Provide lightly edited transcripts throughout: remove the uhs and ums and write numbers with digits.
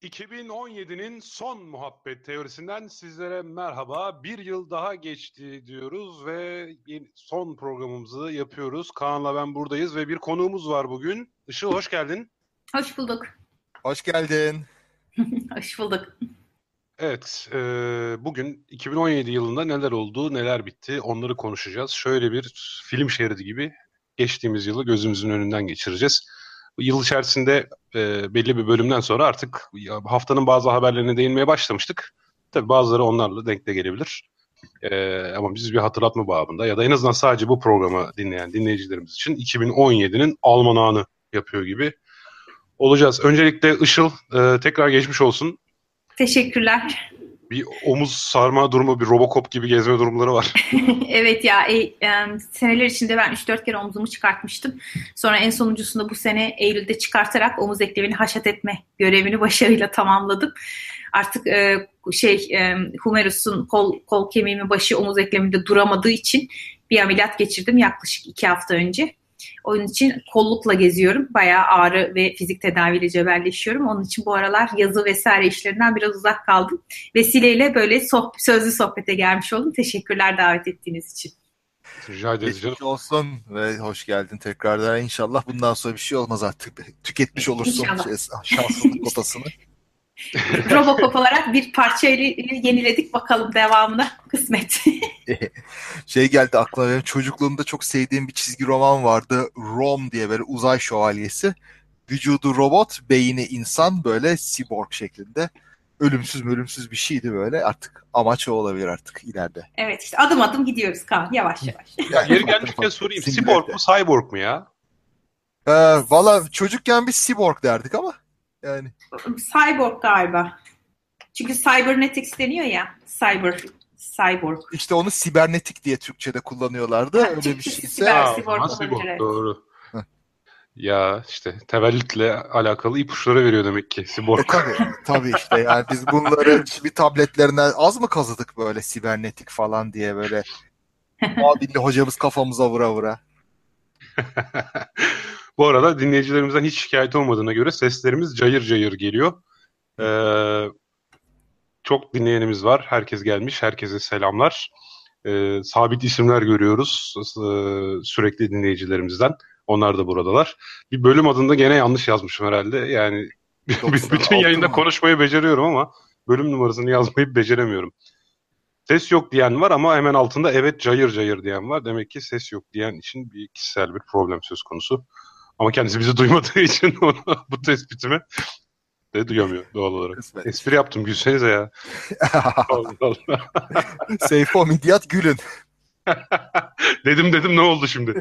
2017'nin son muhabbet teorisinden sizlere merhaba. Bir yıl daha geçti diyoruz ve son programımızı yapıyoruz. Kaan'la ben buradayız ve bir konuğumuz var bugün. Işıl, hoş geldin. Hoş bulduk. Hoş geldin. Hoş bulduk. Evet, bugün 2017 yılında neler oldu, neler bitti onları konuşacağız. Şöyle bir film şeridi gibi geçtiğimiz yılı gözümüzün önünden geçireceğiz. Yıl içerisinde belli bir bölümden sonra artık haftanın bazı haberlerine değinmeye başlamıştık. Tabii bazıları onlarla denk de gelebilir. Ama biz bir hatırlatma babında ya da en azından sadece bu programı dinleyen dinleyicilerimiz için 2017'nin almanağını yapıyor gibi olacağız. Öncelikle Işıl, tekrar geçmiş olsun. Teşekkürler. Bir omuz sarma durumu, bir Robocop gibi gezme durumları var. Evet ya, seneler içinde ben 3-4 kere omuzumu çıkartmıştım. Sonra en sonuncusunda bu sene Eylül'de çıkartarak omuz eklemini haşat etme görevini başarıyla tamamladım. Artık humerus'un kol kemiğimin başı omuz eklemimde duramadığı için bir ameliyat geçirdim yaklaşık 2 hafta önce. Onun için kollukla geziyorum. Bayağı ağrı ve fizik tedaviyle cebelleşiyorum. Onun için bu aralar yazı vesaire işlerinden biraz uzak kaldım. Vesileyle böyle sözlü sohbete gelmiş oldum. Teşekkürler davet ettiğiniz için. Rica ederiz canım. Geçmiş olsun ve hoş geldin tekrardan. İnşallah bundan sonra bir şey olmaz artık. Tüketmiş olursun şanslılık kotasını. Robocop olarak bir parçayla yeniledik, bakalım devamına kısmet. Geldi aklıma, benim çocukluğumda çok sevdiğim bir çizgi roman vardı. Rom diye, böyle uzay şövalyesi. Vücudu robot, beyni insan, böyle cyborg şeklinde. Ölümsüz bir şeydi böyle. Artık amaç o olabilir artık ileride. Evet, işte adım adım gidiyoruz Kaan, yavaş yavaş. Ya yeri gelmişken sorayım. Cyborg mu, cyborg mu ya? Valla çocukken bir cyborg derdik ama yani. Cyborg galiba. Çünkü cybernetics deniyor ya. Cyborg. İşte onu sibernetik diye Türkçe'de kullanıyorlardı. Öyle bir şeyse. Cyborg, doğru. Ya işte tevellütle alakalı ipuçları veriyor demek ki Cyborg. Tabii işte yani biz bunları bir tabletlerine az mı kazıdık böyle sibernetik falan diye, böyle muhabirli hocamız kafamıza vura. Bu arada dinleyicilerimizden hiç şikayet olmadığına göre seslerimiz cayır cayır geliyor. Çok dinleyenimiz var. Herkes gelmiş. Herkese selamlar. Sabit isimler görüyoruz sürekli dinleyicilerimizden. Onlar da buradalar. Bir bölüm adında gene yanlış yazmışım herhalde. Yani bütün yayında konuşmayı beceriyorum ama bölüm numarasını yazmayı beceremiyorum. Ses yok diyen var ama hemen altında evet cayır cayır diyen var. Demek ki ses yok diyen için bir kişisel bir problem söz konusu. Ama kendisi bizi duymadığı için bu tespitimi de duyamıyor doğal olarak. Kısmet. Espri yaptım, gülsenize ya. Allah Allah. Seyfo Midyat gülün. dedim ne oldu şimdi?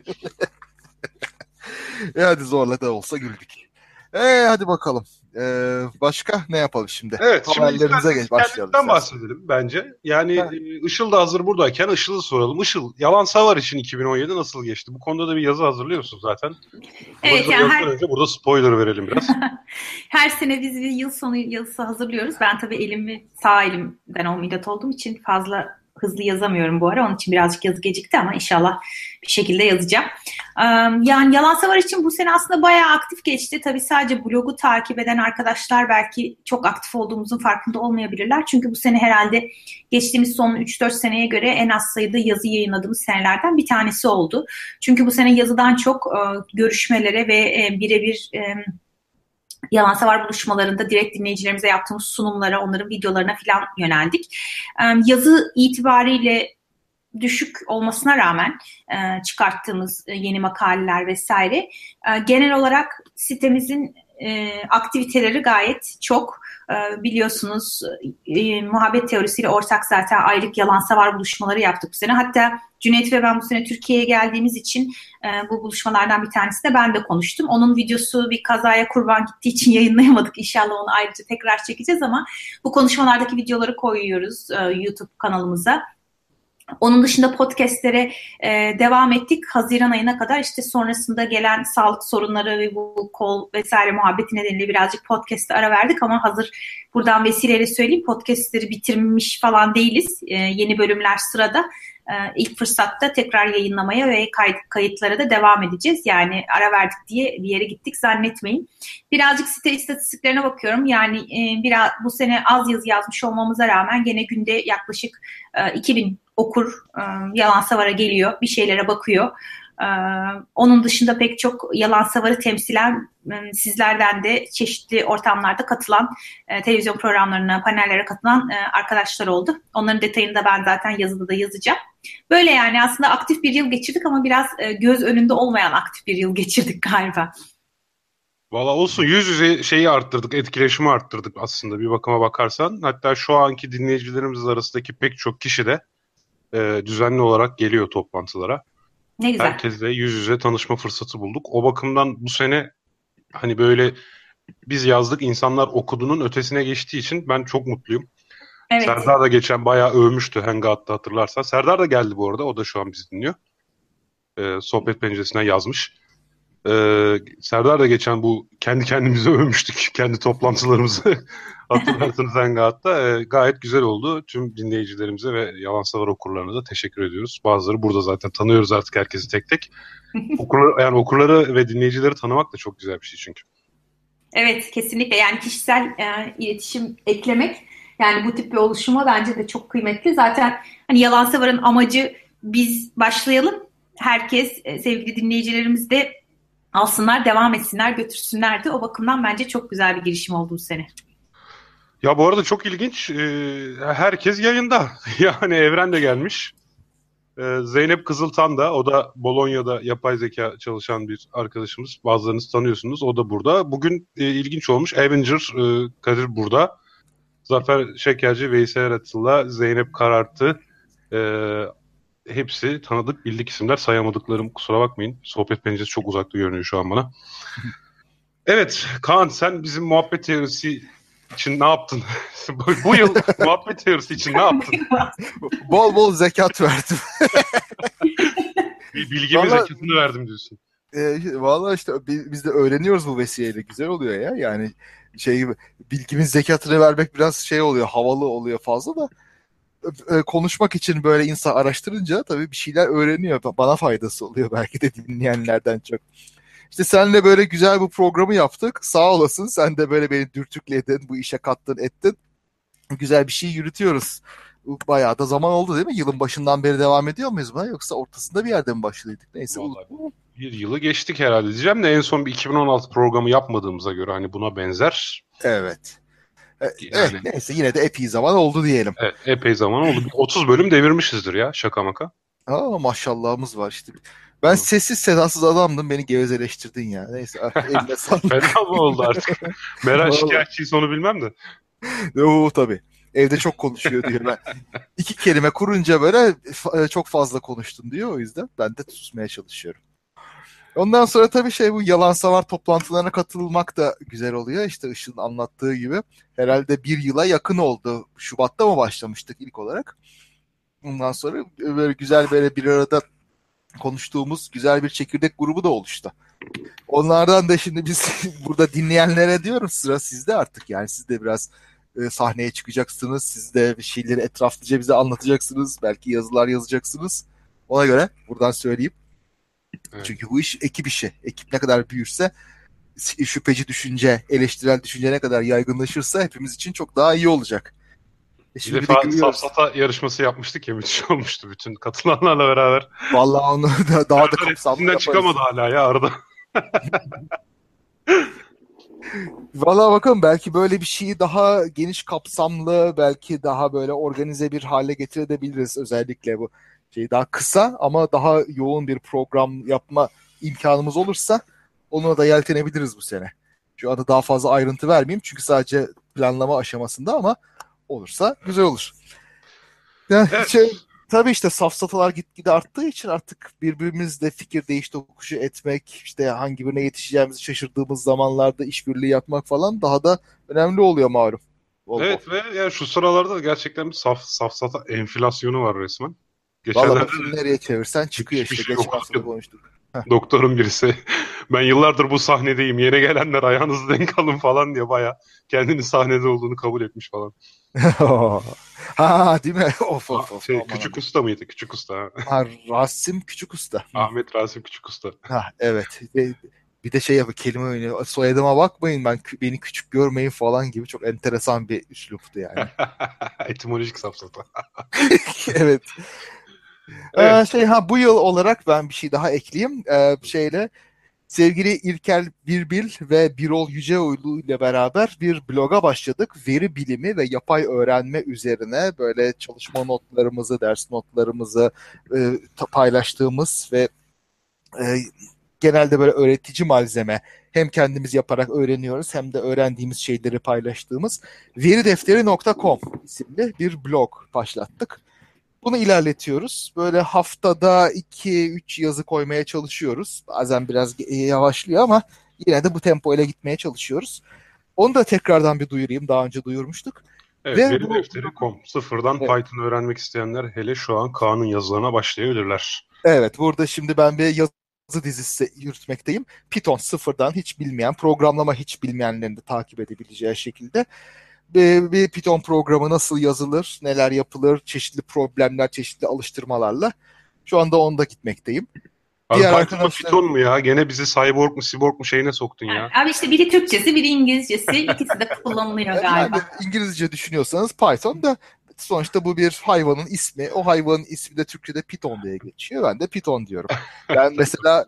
Hadi zorla da olsa güldük. Hadi bakalım. Başka ne yapalım şimdi? Evet, haberlerimize başlayalım. Bahsedelim bence. Yani Işıl da hazır buradayken Işıl'ı soralım. Işıl, Yalan Savar için 2017 nasıl geçti? Bu konuda da bir yazı hazırlıyorsun zaten. Evet, yani önce burada spoiler verelim biraz. Her sene biz bir yıl sonu yazısı hazırlıyoruz. Ben tabii sağ elimden ameliyat olduğum için fazla hızlı yazamıyorum bu ara. Onun için birazcık yazı gecikti ama inşallah bir şekilde yazacağım. Yani Yalan Savar için bu sene aslında bayağı aktif geçti. Tabii sadece blogu takip eden arkadaşlar belki çok aktif olduğumuzun farkında olmayabilirler. Çünkü bu sene herhalde geçtiğimiz son 3-4 seneye göre en az sayıda yazı yayınladığımız senelerden bir tanesi oldu. Çünkü bu sene yazıdan çok görüşmelere ve birebir Yalan Savar buluşmalarında direkt dinleyicilerimize yaptığımız sunumlara, onların videolarına falan yöneldik. Yazı itibariyle düşük olmasına rağmen çıkarttığımız yeni makaleler vesaire, genel olarak sitemizin aktiviteleri gayet çok. Biliyorsunuz muhabbet teorisiyle ortak zaten aylık Yalan Savar buluşmaları yaptık bu sene. Hatta Cüneyt ve ben bu sene Türkiye'ye geldiğimiz için bu buluşmalardan bir tanesi de ben de konuştum. Onun videosu bir kazaya kurban gittiği için yayınlayamadık. İnşallah onu ayrıca tekrar çekeceğiz ama bu konuşmalardaki videoları koyuyoruz YouTube kanalımıza. Onun dışında podcastlere devam ettik. Haziran ayına kadar işte sonrasında gelen sağlık sorunları ve bu kol vesaire muhabbeti nedeniyle birazcık podcast'e ara verdik ama hazır buradan vesileyle söyleyeyim, podcastleri bitirmiş falan değiliz. Yeni bölümler sırada. ilk fırsatta tekrar yayınlamaya ve kayıtlara da devam edeceğiz. Yani ara verdik diye bir yere gittik zannetmeyin. Birazcık site istatistiklerine bakıyorum. Yani biraz bu sene az yazı yazmış olmamıza rağmen gene günde yaklaşık 2000 okur Yalan Savar'a geliyor, bir şeylere bakıyor. Onun dışında pek çok Yalan Savar'ı temsilen sizlerden de çeşitli ortamlarda katılan, televizyon programlarına, panellere katılan arkadaşlar oldu. Onların detayını da ben zaten yazıda da yazacağım. Böyle yani aslında aktif bir yıl geçirdik ama biraz göz önünde olmayan aktif bir yıl geçirdik galiba. Valla olsun, yüz yüze şeyi arttırdık, etkileşimi arttırdık aslında bir bakıma bakarsan. Hatta şu anki dinleyicilerimiz arasındaki pek çok kişi de düzenli olarak geliyor toplantılara. Ne güzel. Herkesle yüz yüze tanışma fırsatı bulduk. O bakımdan bu sene hani böyle biz yazdık, insanlar okudunun ötesine geçtiği için ben çok mutluyum. Evet. Serdar da geçen bayağı övmüştü Hangout'ta, hatırlarsan. Serdar da geldi bu arada. O da şu an bizi dinliyor. Sohbet penceresinden yazmış. Serdar da geçen bu kendi kendimize övmüştük. Kendi toplantılarımızı. Hatırlarsınız Hangout'ta. Gayet güzel oldu. Tüm dinleyicilerimize ve Yalan Savar okurlarına da teşekkür ediyoruz. Bazıları burada zaten, tanıyoruz artık herkesi tek tek. Okurları ve dinleyicileri tanımak da çok güzel bir şey çünkü. Evet, kesinlikle. Yani kişisel iletişim eklemek, yani bu tip bir oluşuma bence de çok kıymetli. Zaten hani Yalan Savar'ın amacı biz başlayalım. Herkes, sevgili dinleyicilerimiz de alsınlar, devam etsinler, götürsünlerdi. O bakımdan bence çok güzel bir girişim oldu bu sene. Ya bu arada çok ilginç. Herkes yayında. Yani Evren de gelmiş. Zeynep Kızıltan da, o da Bolonya'da yapay zeka çalışan bir arkadaşımız. Bazılarınız tanıyorsunuz. O da burada. Bugün ilginç olmuş. Avenger Kadir burada. Zafer Şekerci, Veysel Eratıl'la Zeynep Karartı. Hepsi tanıdık, bildik isimler. Sayamadıklarım, kusura bakmayın. Sohbet penceresi çok uzakta görünüyor şu an bana. Evet Kaan, sen bizim muhabbet teorisi için ne yaptın? Bu yıl muhabbet teorisi için ne yaptın? Bol bol zekat verdim. Bilgi ve zekatını verdim diyorsun. Valla işte biz de öğreniyoruz bu vesileyle. Güzel oluyor ya. Yani bilgimiz zekatını vermek biraz şey oluyor, havalı oluyor fazla da. Konuşmak için böyle insan araştırınca tabii bir şeyler öğreniyor. Bana faydası oluyor belki de dinleyenlerden çok. İşte seninle böyle güzel bu programı yaptık. Sağ olasın. Sen de böyle beni dürtükledin, bu işe kattın, ettin. Güzel bir şey yürütüyoruz. Bayağı da zaman oldu değil mi? Yılın başından beri devam ediyor muyuz buna? Yoksa ortasında bir yerden mi başladık? Neyse. Vallahi bir yılı geçtik herhalde diyeceğim de en son bir 2016 programı yapmadığımıza göre hani buna benzer. Evet. Yani, neyse yine de epey zaman oldu diyelim. Evet, epey zaman oldu. 30 bölüm devirmişizdir ya, şaka maka. Maşallahımız var işte. Ben sessiz sedasız adamdım, beni gevezeleştirdin ya. Neyse eline sağlık. Fena mı oldu artık? Meral şikayetçiyse onu bilmem de. Tabii. Evde çok konuşuyor diyor. Ben 2 kelime kurunca böyle çok fazla konuştun diyor. O yüzden ben de susmaya çalışıyorum. Ondan sonra tabii bu Yalan Savar toplantılarına katılmak da güzel oluyor. İşte Işıl'ın anlattığı gibi. Herhalde 1 yıla yakın oldu. Şubat'ta mı başlamıştık ilk olarak? Ondan sonra böyle güzel böyle bir arada konuştuğumuz güzel bir çekirdek grubu da oluştu. Onlardan da şimdi biz burada dinleyenlere diyorum, sıra sizde artık. Yani siz de biraz sahneye çıkacaksınız. Siz de bir şeyleri etraflıca bize anlatacaksınız. Belki yazılar yazacaksınız. Ona göre buradan söyleyeyim. Evet. Çünkü bu iş ekip işi. Ekip ne kadar büyürse, şüpheci düşünce, eleştirel düşünce ne kadar yaygınlaşırsa hepimiz için çok daha iyi olacak. Bir defa safsata yarışması yapmıştık ya, müthiş olmuştu bütün katılanlarla beraber. Vallahi onu daha da kapsamlı yaparız. Çıkamadı hala ya arada. Vallahi bakalım, belki böyle bir şeyi daha geniş kapsamlı, belki daha böyle organize bir hale getirebiliriz. Özellikle bu daha kısa ama daha yoğun bir program yapma imkanımız olursa ona da yeltenebiliriz bu sene. Şu anda daha fazla ayrıntı vermeyeyim çünkü sadece planlama aşamasında, ama olursa güzel olur. Yani evet. Tabii işte safsatalar gitgide arttığı için artık birbirimizle fikir değiş tokuşu etmek, işte hangi birine yetişeceğimizi şaşırdığımız zamanlarda işbirliği yapmak falan daha da önemli oluyor malum. Evet ve yani şu sıralarda da gerçekten bir safsata enflasyonu var resmen. Valla nereye çevirsen çıkıyor işte. Geçen hafta konuştuk. Doktorun birisi ben yıllardır bu sahnedeyim. Yeni gelenler ayağınızı denk alın falan diye baya kendini sahnede olduğunu kabul etmiş falan. Ha, değil mi? Of of of. Küçük usta mıydı? Küçük usta. Ha, Rasim Küçük Usta. Ahmet Rasim Küçük Usta. Ha, evet. Bir de şey yapıyor, kelime oynuyor. Soyadıma bakmayın, beni küçük görmeyin falan gibi, çok enteresan bir üsluptu yani. Etimolojik safsata. Evet. Evet. Bu yıl olarak ben bir şey daha ekleyeyim. Sevgili İlker Birbil ve Birol Yüceoğlu ile beraber bir bloga başladık. Veri bilimi ve yapay öğrenme üzerine böyle çalışma notlarımızı, ders notlarımızı paylaştığımız ve e, genelde böyle öğretici malzeme, hem kendimiz yaparak öğreniyoruz hem de öğrendiğimiz şeyleri paylaştığımız veridefteri.com isimli bir blog başlattık. Bunu ilerletiyoruz. Böyle haftada 2-3 yazı koymaya çalışıyoruz. Bazen biraz yavaşlıyor ama yine de bu tempo ile gitmeye çalışıyoruz. Onu da tekrardan bir duyurayım. Daha önce duyurmuştuk. Evet, Ve bu veridefteri.com. Sıfırdan evet, Python öğrenmek isteyenler hele şu an Kaan'ın yazılarına başlayabilirler. evet, burada şimdi ben bir yazı dizisi yürütmekteyim. Python sıfırdan, hiç bilmeyen, programlama hiç bilmeyenlerin de takip edebileceği şekilde bir Python programı nasıl yazılır, neler yapılır, çeşitli problemler, çeşitli alıştırmalarla şu anda onda gitmekteyim. Abi Diğer Python mu arkadaşlar, Python mu ya? Gene bizi cyborg mu cyborg mu şeyine soktun Yani, ya. abi işte biri Türkçesi, biri İngilizcesi, ikisi de kullanılıyor yani galiba. İngilizce düşünüyorsanız Python da, sonuçta bu bir hayvanın ismi. O hayvanın ismi de Türkçe'de Python diye geçiyor. Ben de Python diyorum. Ben mesela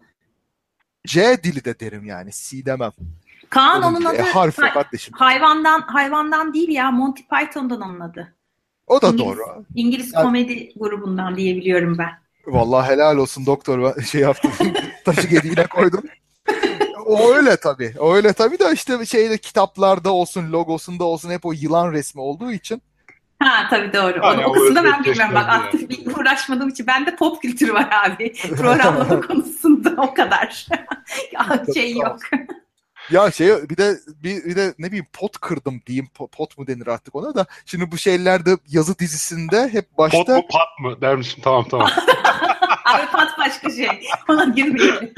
C dili de derim yani. C demem. Kaan Onun onun gibi. adı Harfi kardeşim. hayvandan değil ya, Monty Python'dan onun adı. O da İngiliz, doğru. İngiliz Yani, komedi grubundan diyebiliyorum ben. vallahi helal olsun doktor. Şey yaptım. Taşı gediğine koydum. O öyle tabii. O öyle tabii de işte kitaplarda olsun, logosunda olsun hep o yılan resmi olduğu için. Ha tabii doğru. Ha, O ya, o kısmını ben bilmiyorum. Bak özdeşleştirdi yani. aktif bir uğraşmadığım için. Bende pop kültürü var abi. Programlama konusunda o kadar. Şey yok. Ya bir de ne bileyim, pot kırdım diyeyim, pot mu denir artık ona da. Şimdi bu şeylerde, yazı dizisinde hep Pot başta mu pat mı dermişim, tamam. Abi pat başka şey. Ona girmeyelim.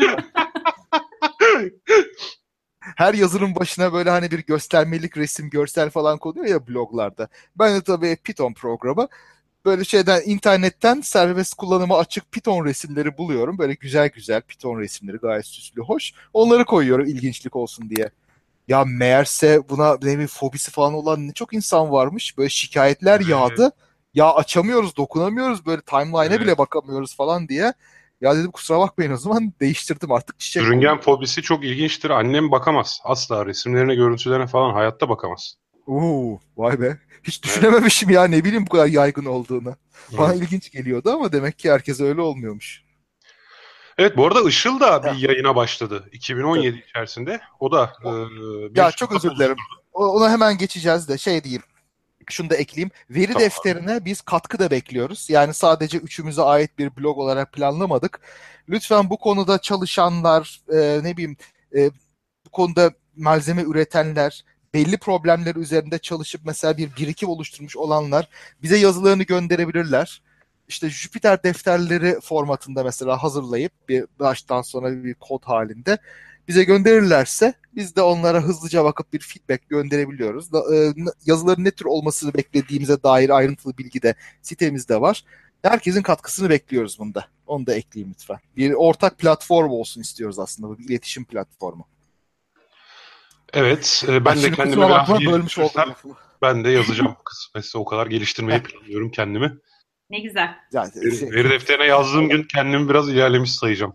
her yazının başına böyle hani bir göstermelik resim, görsel falan konuyor ya bloglarda. Ben de tabii Python programı, böyle internetten serbest kullanıma açık Python resimleri buluyorum. Böyle güzel güzel Python resimleri, gayet süslü, hoş. Onları koyuyorum ilginçlik olsun diye. Ya meğerse buna ne bileyim fobisi falan olan ne çok insan varmış. Böyle şikayetler Evet, yağdı. Ya açamıyoruz, dokunamıyoruz, böyle timeline'e evet. bile bakamıyoruz falan diye. Ya dedim kusura bakmayın, o zaman değiştirdim, artık çiçek Sürüngen koyuyorum. fobisi çok ilginçtir. Annem bakamaz. Asla resimlerine, görüntülerine falan hayatta bakamaz. Oo, vay be. Hiç Evet. düşünememişim ya, ne bileyim bu kadar yaygın olduğunu. Bana Evet. ilginç geliyordu ama demek ki herkese öyle olmuyormuş. Evet, bu arada Işıl da bir Ya, yayına başladı. tabii. 2017 içerisinde. O da Ya bir çok kitap özür dilerim. oluşturdu. Ona hemen geçeceğiz de şey diyeyim. Şunu da ekleyeyim. Veri Tamam abi. defterine biz katkı da bekliyoruz. Yani sadece üçümüze ait bir blog olarak planlamadık. Lütfen bu konuda çalışanlar, ne bileyim, e, bu konuda malzeme üretenler, belli problemler üzerinde çalışıp mesela bir birikim oluşturmuş olanlar bize yazılarını gönderebilirler. İşte Jupyter defterleri formatında mesela hazırlayıp bir baştan sona bir kod halinde bize gönderirlerse biz de onlara hızlıca bakıp bir feedback gönderebiliyoruz. Yazıların ne tür olmasını beklediğimize dair ayrıntılı bilgi de sitemizde var. Herkesin katkısını bekliyoruz bunda. Onu da ekleyeyim lütfen. Bir ortak platform olsun istiyoruz aslında. Bu bir iletişim platformu. Evet, Ha, ben de şimdi kendime kusura biraz bakma, bölmüş oldum geliştirirsem lafı. ben de yazacağım. Kısmetse o kadar geliştirmeyi planlıyorum kendimi. Ne güzel. Yani Veri defterine yazdığım gün kendimi biraz ilerlemiş sayacağım.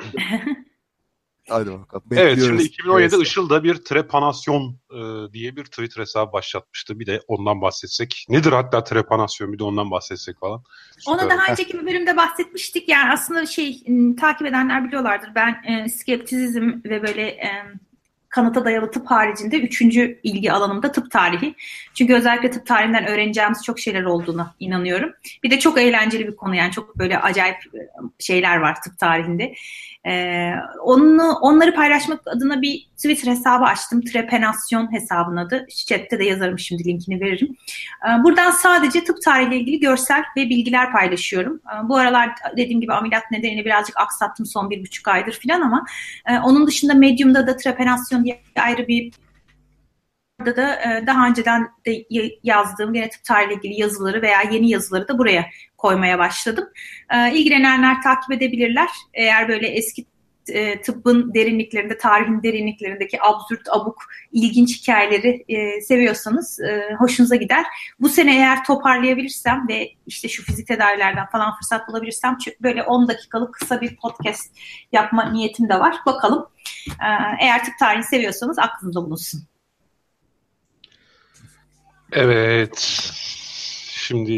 hadi bakalım. Evet, şimdi Bekliyoruz. 2017'de Işıl bir trepanasyon diye bir Twitter hesabı başlatmıştı. Bir de ondan bahsetsek. Nedir hatta trepanasyon, bir de ondan bahsetsek falan. Süper Ona olur. daha önceki bir bölümde bahsetmiştik. Yani aslında takip edenler biliyorlardır. Ben skeptizm ve böyle kanıta dayalı tıp haricinde üçüncü ilgi alanımda tıp tarihi. Çünkü özellikle tıp tarihinden öğreneceğimiz çok şeyler olduğuna inanıyorum. Bir de çok eğlenceli bir konu, yani çok böyle acayip şeyler var tıp tarihinde. Onları paylaşmak adına bir Twitter hesabı açtım. Trepenasyon hesabının adı. Chat'te de yazarım, şimdi linkini veririm. Buradan sadece tıp tarihiyle ilgili görsel ve bilgiler paylaşıyorum. Bu aralar dediğim gibi ameliyat nedeniyle birazcık aksattım son 1,5 aydır falan ama onun dışında Medium'da da trepenasyon diye ayrı bir da daha önceden de yazdığım gene tıp tarihiyle ilgili yazıları veya yeni yazıları da buraya koymaya başladım. İlgilenenler takip edebilirler. Eğer böyle eski tıbbın derinliklerinde, tarihin derinliklerindeki absürt, abuk, ilginç hikayeleri seviyorsanız hoşunuza gider. Bu sene eğer toparlayabilirsem ve işte şu fizik tedavilerden falan fırsat bulabilirsem böyle 10 dakikalık kısa bir podcast yapma niyetim de var. Bakalım. Eğer tıp tarihini seviyorsanız aklınızda bulunsun. Evet. Şimdi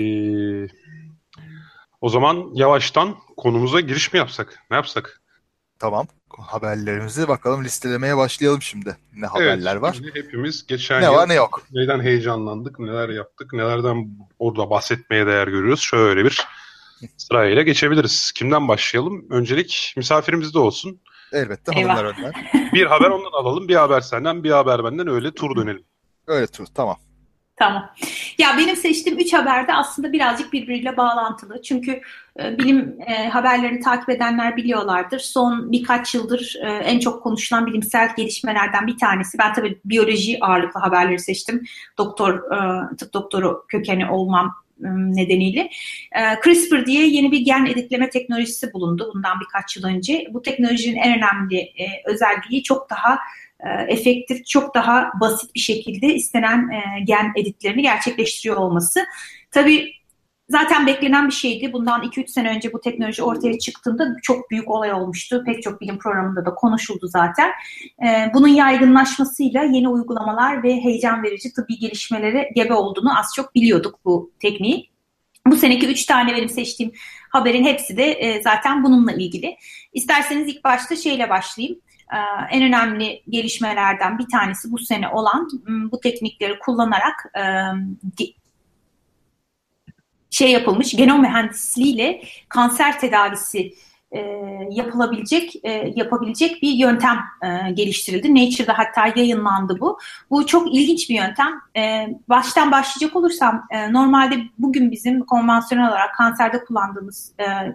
o zaman yavaştan konumuza giriş mi yapsak? Ne yapsak? Tamam. Haberlerimizi bakalım listelemeye başlayalım şimdi. Ne haberler var? Şimdi hepimiz geçen Ne yıl var ne yok. neyden heyecanlandık, neler yaptık, nelerden orada bahsetmeye değer görüyoruz. Şöyle bir sırayla geçebiliriz. Kimden başlayalım? Öncelik misafirimiz de olsun. Elbette hanımlar önden. Bir haber ondan alalım, bir haber senden, bir haber benden, öyle tur dönelim. Öyle tur, tamam. Tamam. Ya benim seçtiğim 3 haber de aslında birazcık birbiriyle bağlantılı. Çünkü bilim haberlerini takip edenler biliyorlardır. Son birkaç yıldır en çok konuşulan bilimsel gelişmelerden bir tanesi. Ben tabii biyoloji ağırlıklı haberleri seçtim. Tıp doktoru kökeni olmam nedeniyle. CRISPR diye yeni bir gen editleme teknolojisi bulundu bundan birkaç yıl önce. Bu teknolojinin en önemli özelliği çok daha efektif, çok daha basit bir şekilde istenen gen editlerini gerçekleştiriyor olması. Tabii zaten beklenen bir şeydi. Bundan 2-3 sene önce bu teknoloji ortaya çıktığında çok büyük olay olmuştu. Pek çok bilim programında da konuşuldu zaten. Bunun yaygınlaşmasıyla yeni uygulamalar ve heyecan verici tıbbi gelişmelere gebe olduğunu az çok biliyorduk bu tekniği. Bu seneki 3 tane benim seçtiğim haberin hepsi de zaten bununla ilgili. İsterseniz ilk başta şeyle başlayayım. En önemli gelişmelerden bir tanesi bu sene olan bu teknikleri kullanarak yapılmış genom mühendisliğiyle kanser tedavisi yapabilecek bir yöntem geliştirildi. Nature'da hatta yayınlandı bu. Bu çok ilginç bir yöntem. Baştan başlayacak olursam normalde bugün bizim konvansiyonel olarak kanserde kullandığımız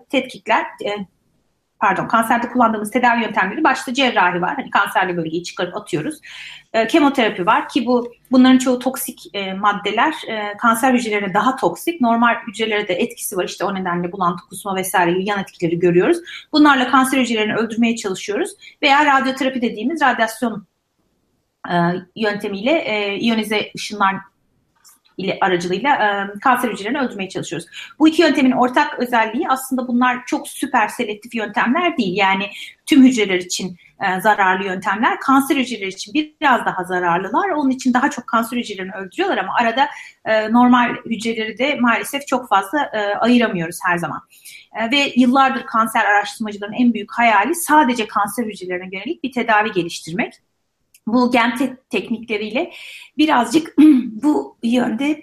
kanserde kullandığımız tedavi yöntemleri başta cerrahi var. Hani kanserli bölgeyi çıkarıp atıyoruz. Kemoterapi var ki bunların çoğu toksik maddeler. Kanser hücrelerine daha toksik. Normal hücrelere de etkisi var. İşte o nedenle bulantı, kusma vesaire gibi yan etkileri görüyoruz. Bunlarla kanser hücrelerini öldürmeye çalışıyoruz. Veya radyoterapi dediğimiz radyasyon yöntemiyle iyonize ışınlar ile aracılığıyla kanser hücrelerini öldürmeye çalışıyoruz. Bu iki yöntemin ortak özelliği aslında bunlar çok süper selektif yöntemler değil. Yani tüm hücreler için zararlı yöntemler. Kanser hücreleri için biraz daha zararlılar. Onun için daha çok kanser hücrelerini öldürüyorlar ama arada normal hücreleri de maalesef çok fazla ayıramıyoruz her zaman. Ve yıllardır kanser araştırmacıların en büyük hayali sadece kanser hücrelerine yönelik bir tedavi geliştirmek. Bu gen teknikleriyle birazcık bu yönde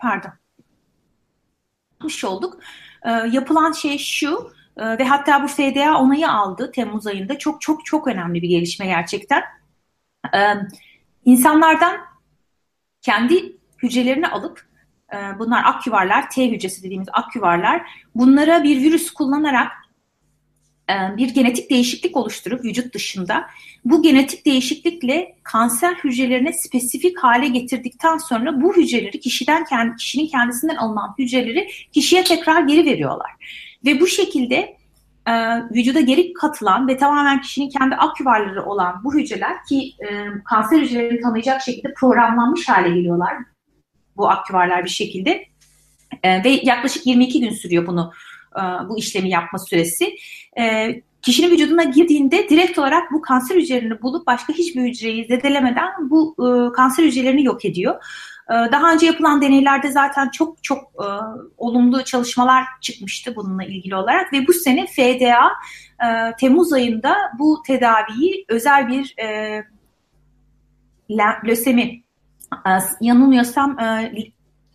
yapmış olduk. Yapılan şey şu ve hatta bu FDA onayı aldı Temmuz ayında. Çok çok çok önemli bir gelişme gerçekten. İnsanlardan kendi hücrelerini alıp bunlar akyuvarlar, T hücresi dediğimiz akyuvarlar, bunlara bir virüs kullanarak bir genetik değişiklik oluşturup vücut dışında bu genetik değişiklikle kanser hücrelerine spesifik hale getirdikten sonra bu hücreleri kişinin kendisinden alınan hücreleri kişiye tekrar geri veriyorlar. Ve bu şekilde vücuda geri katılan ve tamamen kişinin kendi akyuvarları olan bu hücreler ki kanser hücrelerini tanıyacak şekilde programlanmış hale geliyorlar bu akyuvarlar bir şekilde ve yaklaşık 22 gün sürüyor bu işlemi yapma süresi. Kişinin vücuduna girdiğinde direkt olarak bu kanser hücrelerini bulup başka hiçbir hücreyi zedelemeden bu kanser hücrelerini yok ediyor. Daha önce yapılan deneylerde zaten çok çok olumlu çalışmalar çıkmıştı bununla ilgili olarak ve bu sene FDA Temmuz ayında bu tedaviyi özel bir lösemi yanılmıyorsam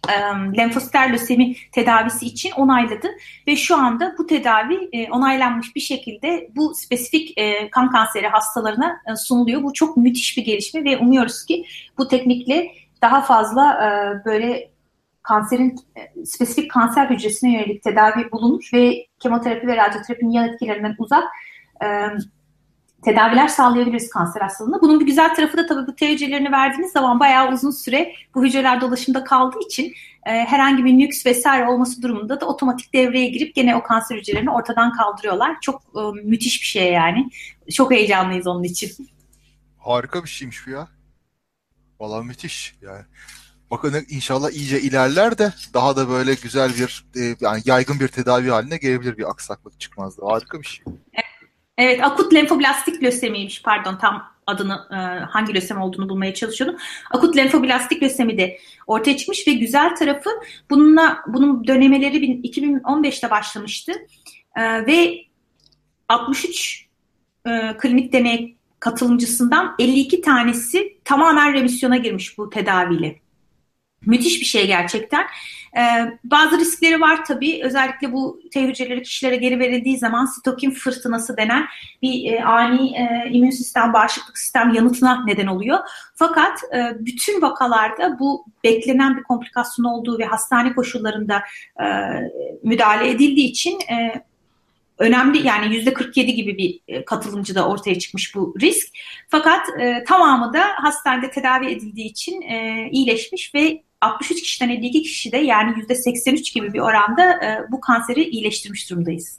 lenfositer lösemi tedavisi için onayladı ve şu anda bu tedavi onaylanmış bir şekilde bu spesifik kan kanseri hastalarına sunuluyor. Bu çok müthiş bir gelişme ve umuyoruz ki bu teknikle daha fazla böyle kanserin spesifik kanser hücresine yönelik tedavi bulunur ve kemoterapi ve radyoterapinin yan etkilerinden uzak tedaviler sağlayabiliriz kanser hastalığında. Bunun bir güzel tarafı da tabii bu T hücrelerini verdiğiniz zaman bayağı uzun süre bu hücreler dolaşımda kaldığı için herhangi bir nüks vesaire olması durumunda da otomatik devreye girip gene o kanser hücrelerini ortadan kaldırıyorlar. Çok müthiş bir şey yani. Çok heyecanlıyız onun için. Harika bir şeymiş bu ya. Vallahi müthiş yani. Bakın inşallah iyice ilerler de daha da böyle güzel bir yani yaygın bir tedavi haline gelebilir, bir aksaklık çıkmaz da. Harika bir şey. Evet, akut lenfoblastik lösemiymiş. Pardon, tam adını hangi lösemi olduğunu bulmaya çalışıyordum. Akut lenfoblastik lösemi de ortaya çıkmış ve güzel tarafı bunun dönemeleri 2015'te başlamıştı. Ve 63 klinik deney katılımcısından 52 tanesi tamamen remisyona girmiş bu tedaviyle. Müthiş bir şey gerçekten. Bazı riskleri var tabii. Özellikle bu T hücreleri kişilere geri verildiği zaman sitokin fırtınası denen bir ani immün sistem, bağışıklık sistem yanıtına neden oluyor. Fakat bütün vakalarda bu beklenen bir komplikasyon olduğu ve hastane koşullarında müdahale edildiği için önemli, yani %47 gibi bir katılımcıda ortaya çıkmış bu risk. Fakat tamamı da hastanede tedavi edildiği için iyileşmiş ve 63 kişiden 52 kişi de, yani %83 gibi bir oranda bu kanseri iyileştirmiş durumdayız.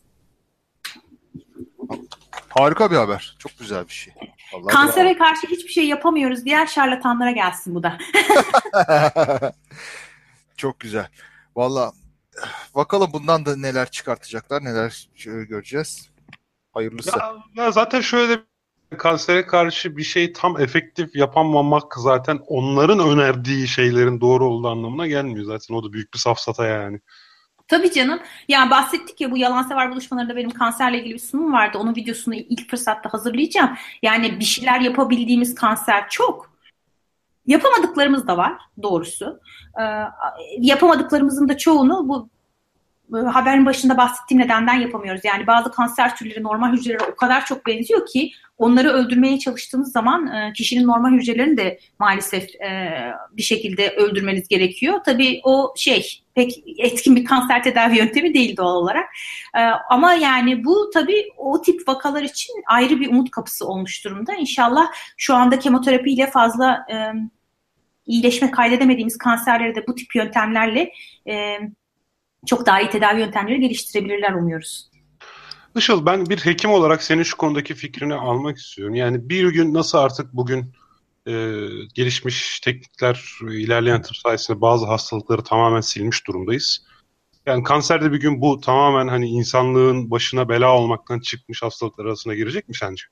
Harika bir haber. Çok güzel bir şey. Vallahi kansere karşı hiçbir şey yapamıyoruz diğer şarlatanlara gelsin bu da. Çok güzel. Vallahi bakalım bundan da neler çıkartacaklar, neler göreceğiz. Hayırlısı. Ya zaten şöyle, kansere karşı bir şey tam efektif yapamamak zaten onların önerdiği şeylerin doğru olduğu anlamına gelmiyor. Zaten o da büyük bir safsata yani. Tabii canım. Yani bahsettik ya, bu Yalansever buluşmalarında benim kanserle ilgili bir sunum vardı. Onun videosunu ilk fırsatta hazırlayacağım. Yani bir şeyler yapabildiğimiz kanser çok. Yapamadıklarımız da var doğrusu. Yapamadıklarımızın da çoğunu bu haberin başında bahsettiğim nedenden yapamıyoruz. Yani bazı kanser türleri normal hücrelere o kadar çok benziyor ki onları öldürmeye çalıştığınız zaman kişinin normal hücrelerini de maalesef bir şekilde öldürmeniz gerekiyor. Tabii o pek etkin bir kanser tedavi yöntemi değil doğal olarak. Ama yani bu tabii o tip vakalar için ayrı bir umut kapısı olmuş durumda. İnşallah şu anda kemoterapiyle fazla iyileşme kaydedemediğimiz kanserleri de bu tip yöntemlerle çok daha iyi tedavi yöntemleri geliştirebilirler umuyoruz. Işıl, ben bir hekim olarak senin şu konudaki fikrini almak istiyorum. Yani bir gün nasıl artık bugün gelişmiş teknikler, ilerleyen tıp sayesinde bazı hastalıkları tamamen silmiş durumdayız. Yani kanser de bir gün bu tamamen hani insanlığın başına bela olmaktan çıkmış hastalıklar arasına girecek mi sence?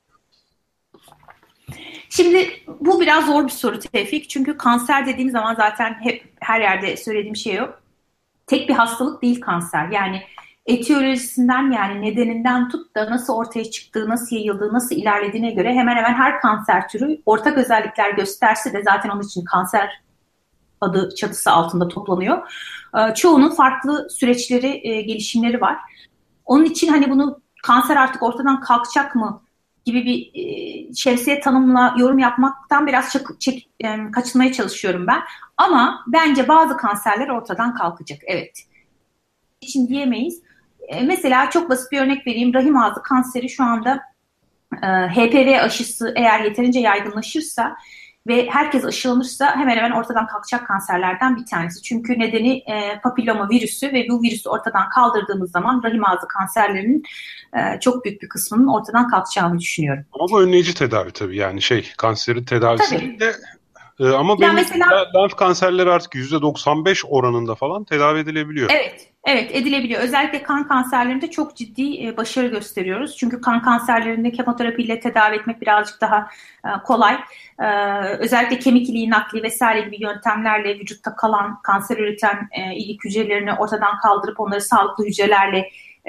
Şimdi bu biraz zor bir soru Tevfik. Çünkü kanser dediğim zaman zaten hep her yerde söylediğim şey o. Tek bir hastalık değil kanser. Yani etiyolojisinden, yani nedeninden tut da nasıl ortaya çıktığı, nasıl yayıldığı, nasıl ilerlediğine göre hemen hemen her kanser türü ortak özellikler gösterse de zaten onun için kanser adı çatısı altında toplanıyor. Çoğunun farklı süreçleri, gelişimleri var. Onun için hani bunu kanser artık ortadan kalkacak mı gibi bir şemsiye tanımla yorum yapmaktan biraz kaçınmaya çalışıyorum ben. Ama bence bazı kanserler ortadan kalkacak. Evet. İçin diyemeyiz. Mesela çok basit bir örnek vereyim. Rahim ağzı kanseri şu anda HPV aşısı eğer yeterince yaygınlaşırsa ve herkes aşılanırsa hemen hemen ortadan kalkacak kanserlerden bir tanesi. Çünkü nedeni papilloma virüsü ve bu virüsü ortadan kaldırdığımız zaman rahim ağzı kanserlerinin çok büyük bir kısmının ortadan kalkacağını düşünüyorum. Ama bu önleyici tedavi tabii, yani kanserin tedavisi değil de ama benim mesela lenf kanserleri artık %95 oranında falan tedavi edilebiliyor. Evet edilebiliyor. Özellikle kan kanserlerinde çok ciddi başarı gösteriyoruz. Çünkü kan kanserlerinde kemoterapiyle tedavi etmek birazcık daha kolay. Özellikle kemik iliği nakli vesaire gibi yöntemlerle vücutta kalan kanser üreten ilik hücrelerini ortadan kaldırıp onları sağlıklı hücrelerle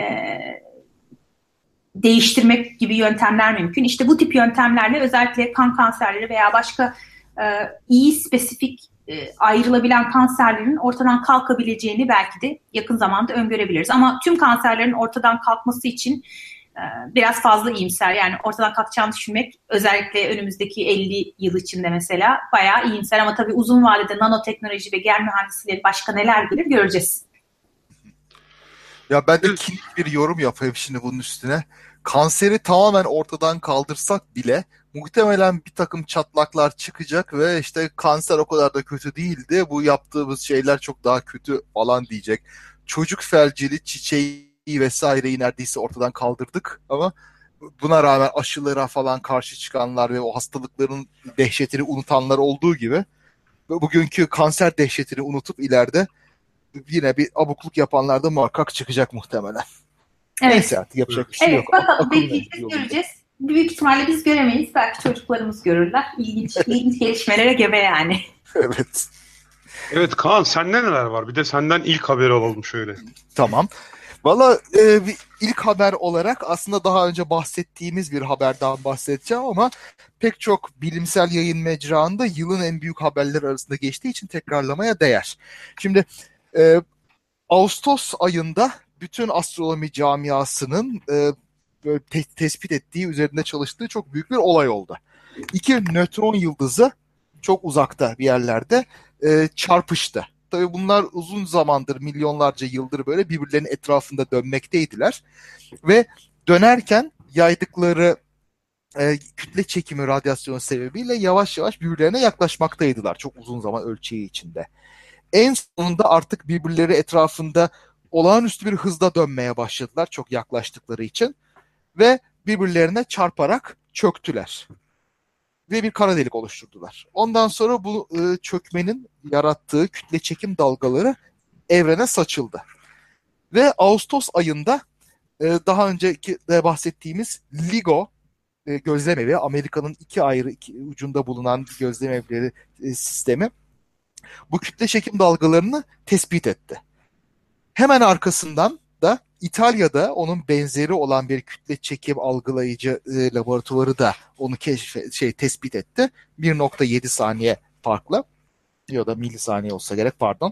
değiştirmek gibi yöntemler mümkün. İşte bu tip yöntemlerle özellikle kan kanserleri veya başka iyi spesifik ayrılabilen kanserlerin ortadan kalkabileceğini belki de yakın zamanda öngörebiliriz. Ama tüm kanserlerin ortadan kalkması için biraz fazla iyimser. Yani ortadan kalkacağını düşünmek özellikle önümüzdeki 50 yıl içinde mesela bayağı iyimser. Ama tabii uzun vadede nanoteknoloji ve gen mühendisliği başka neler gelir göreceğiz. Ya ben de bir yorum yapayım şimdi bunun üstüne. Kanseri tamamen ortadan kaldırsak bile muhtemelen bir takım çatlaklar çıkacak ve işte kanser o kadar da kötü değildi. Bu yaptığımız şeyler çok daha kötü falan diyecek. Çocuk felcili, çiçeği vesaireyi neredeyse ortadan kaldırdık ama buna rağmen aşılara falan karşı çıkanlar ve o hastalıkların dehşetini unutanlar olduğu gibi bugünkü kanser dehşetini unutup ileride yine bir abukluk yapanlar da muhakkak çıkacak muhtemelen. Evet. Neyse artık yapacak bir şey yok. Bakalım bekleyeceğiz, göreceğiz. Büyük ihtimalle biz göremeyiz. Belki çocuklarımız görürler. İlginç gelişmelere gebe yani. Evet. Evet Kaan, sende neler var? Bir de senden ilk haberi alalım şöyle. Tamam. Valla ilk haber olarak aslında daha önce bahsettiğimiz bir haberden bahsedeceğim ama pek çok bilimsel yayın mecraında yılın en büyük haberleri arasında geçtiği için tekrarlamaya değer. Şimdi Ağustos ayında bütün astronomi camiasının böyle tespit ettiği, üzerinde çalıştığı çok büyük bir olay oldu. İki nötron yıldızı çok uzakta bir yerlerde çarpıştı. Tabii bunlar uzun zamandır, milyonlarca yıldır böyle birbirlerinin etrafında dönmekteydiler. Ve dönerken yaydıkları kütle çekimi radyasyonu sebebiyle yavaş yavaş birbirlerine yaklaşmaktaydılar çok uzun zaman ölçeği içinde. En sonunda artık birbirleri etrafında olağanüstü bir hızla dönmeye başladılar çok yaklaştıkları için ve birbirlerine çarparak çöktüler ve bir kara delik oluşturdular. Ondan sonra bu çökmenin yarattığı kütle çekim dalgaları evrene saçıldı. Ve Ağustos ayında daha önceki de bahsettiğimiz LIGO gözlemevi, Amerika'nın iki ucunda bulunan gözlemevleri sistemi bu kütle çekim dalgalarını tespit etti. Hemen arkasından da İtalya'da onun benzeri olan bir kütle çekim algılayıcı laboratuvarı da onu tespit etti. 1.7 saniye farklı ya da milisaniye olsa gerek pardon.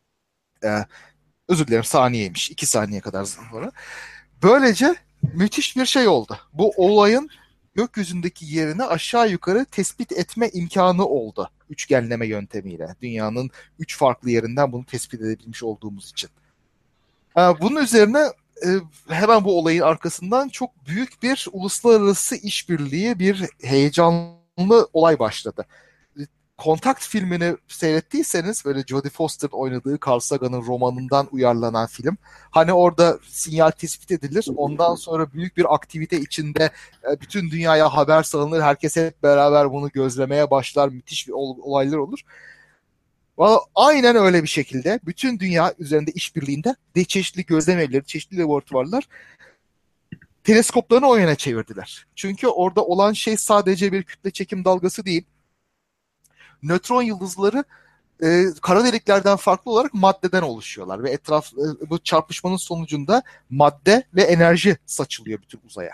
Özür dilerim saniyeymiş. 2 saniye kadar sonra. Böylece müthiş bir şey oldu. Bu olayın gökyüzündeki yerini aşağı yukarı tespit etme imkanı oldu. Üçgenleme yöntemiyle. Dünyanın 3 farklı yerinden bunu tespit edebilmiş olduğumuz için. Bunun üzerine hemen bu olayın arkasından çok büyük bir uluslararası işbirliği, bir heyecanlı olay başladı. Kontakt filmini seyrettiyseniz böyle Jodie Foster'ın oynadığı Carl Sagan'ın romanından uyarlanan film. Hani orada sinyal tespit edilir. Ondan sonra büyük bir aktivite içinde bütün dünyaya haber salınır. Herkes hep beraber bunu gözlemeye başlar. Müthiş bir olaylar olur. Aynen öyle bir şekilde bütün dünya üzerinde işbirliğinde çeşitli gözlem evleri, çeşitli laboratuvarlar teleskoplarını o yöne çevirdiler. Çünkü orada olan şey sadece bir kütle çekim dalgası değil. Nötron yıldızları kara deliklerden farklı olarak maddeden oluşuyorlar ve bu çarpışmanın sonucunda madde ve enerji saçılıyor bütün uzaya.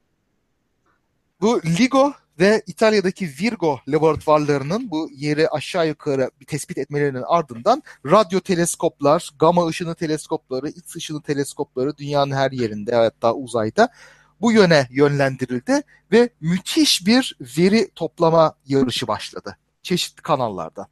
Bu LIGO ve İtalya'daki Virgo laboratuvarlarının bu yeri aşağı yukarı bir tespit etmelerinin ardından radyo teleskoplar, gama ışını teleskopları, X ışını teleskopları dünyanın her yerinde hatta uzayda bu yöne yönlendirildi ve müthiş bir veri toplama yarışı başladı çeşitli kanallarda.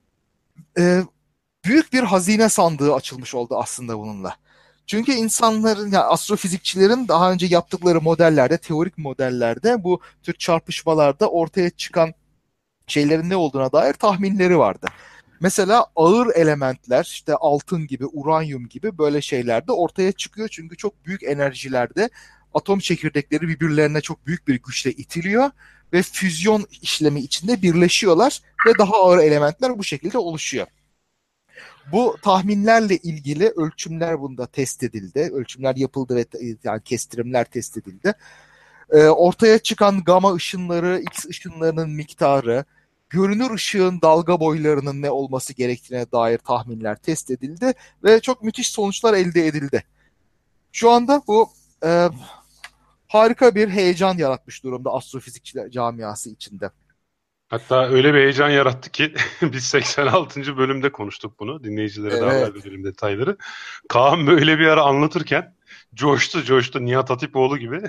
Büyük bir hazine sandığı açılmış oldu aslında bununla. Çünkü insanların, yani astrofizikçilerin daha önce yaptıkları modellerde, teorik modellerde bu tür çarpışmalarda ortaya çıkan şeylerin ne olduğuna dair tahminleri vardı. Mesela ağır elementler, işte altın gibi, uranyum gibi böyle şeyler de ortaya çıkıyor. Çünkü çok büyük enerjilerde atom çekirdekleri birbirlerine çok büyük bir güçle itiliyor ve füzyon işlemi içinde birleşiyorlar ve daha ağır elementler bu şekilde oluşuyor. Bu tahminlerle ilgili ölçümler bunda test edildi. Ölçümler yapıldı ve yani kestirimler test edildi. Ortaya çıkan gama ışınları, X ışınlarının miktarı, görünür ışığın dalga boylarının ne olması gerektiğine dair tahminler test edildi ve çok müthiş sonuçlar elde edildi. Şu anda bu harika bir heyecan yaratmış durumda astrofizikçiler camiası içinde. Hatta öyle bir heyecan yarattı ki biz 86. bölümde konuştuk bunu. Dinleyicilere de haber Evet. verelim detayları. Kaan böyle bir ara anlatırken coştu Nihat Hatipoğlu gibi.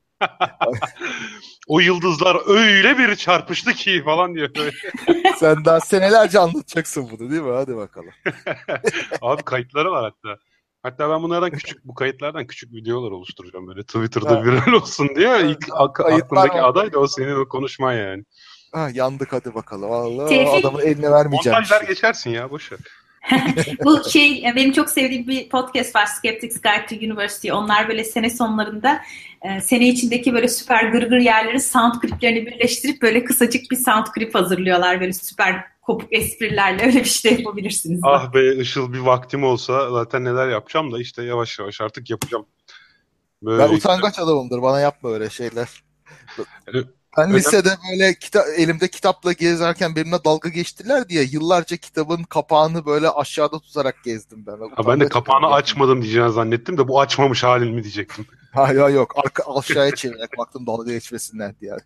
O yıldızlar öyle bir çarpıştı ki falan diyor. Sen daha senelerce anlatacaksın bunu değil mi? Hadi bakalım. Abi kayıtları var hatta. Hatta ben bunlardan bu kayıtlardan küçük videolar oluşturacağım böyle Twitter'da Ha, viral olsun diye. İlk kayıtlar aklımdaki var. aday da o senin o konuşman yani. Ha, yandık hadi bakalım. Allah adamın Tevfik, eline vermeyeceğim bir Montajlar şey. geçersin ya boş ver. bu benim çok sevdiğim bir podcast var, Skeptics Guide to University. Onlar böyle sene sonlarında sene içindeki böyle süper gırgır yerlerin sound kliplerini birleştirip böyle kısacık bir sound klip hazırlıyorlar. Böyle süper kopuk esprilerle öyle bir şey de yapabilirsiniz. Ah be Işıl, bir vaktim olsa zaten neler yapacağım da işte yavaş yavaş artık yapacağım. Ben Böyle utangaç adamımdır. Bana yapma öyle şeyler. Yani Ben önemli. lisede böyle elimde kitapla gezerken benimle dalga geçtiler diye yıllarca kitabın kapağını böyle aşağıda tutarak gezdim ben. Ha, ben de Utangaç kapağını adamım. açmadım diyeceğini zannettim de bu açmamış halin mi diyecektim. Hayır yok. Aşağıya çevirerek baktım dalga geçmesinler diye.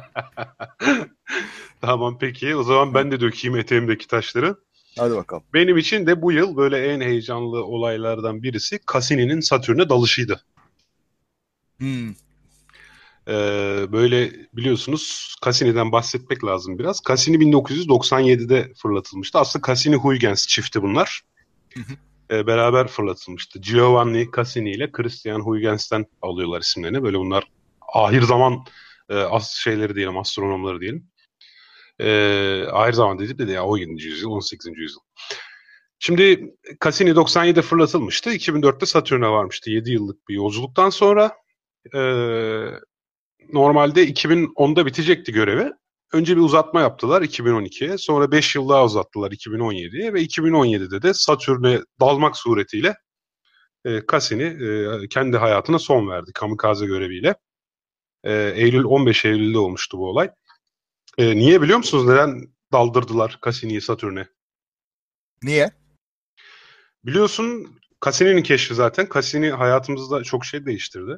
Tamam peki o zaman ben de dökeyim eteğimdeki taşları. Hadi bakalım. Benim için de bu yıl böyle en heyecanlı olaylardan birisi Cassini'nin Satürn'e dalışıydı. Hmm. Böyle biliyorsunuz Cassini'den bahsetmek lazım biraz. Cassini 1997'de fırlatılmıştı. Aslında Cassini-Huygens çifti bunlar. Beraber fırlatılmıştı. Giovanni Cassini ile Christian Huygens'ten alıyorlar isimlerini. Böyle bunlar ahir zaman şeyleri diyelim, astronomları diyelim. Ahir zaman dedik de ya 17. yüzyıl, 18. yüzyıl. Şimdi Cassini 97'de fırlatılmıştı. 2004'te Satürn'e varmıştı. 7 yıllık bir yolculuktan sonra. Normalde 2010'da bitecekti görevi. Önce bir uzatma yaptılar 2012'ye. Sonra 5 yıl daha uzattılar 2017'ye ve 2017'de de Satürn'e dalmak suretiyle Cassini kendi hayatına son verdi kamikaze göreviyle. 15 Eylül'de olmuştu bu olay. Niye biliyor musunuz? Neden daldırdılar Cassini'yi Satürn'e? Niye? Biliyorsun Cassini'nin keşfi zaten. Cassini hayatımızda çok şey değiştirdi.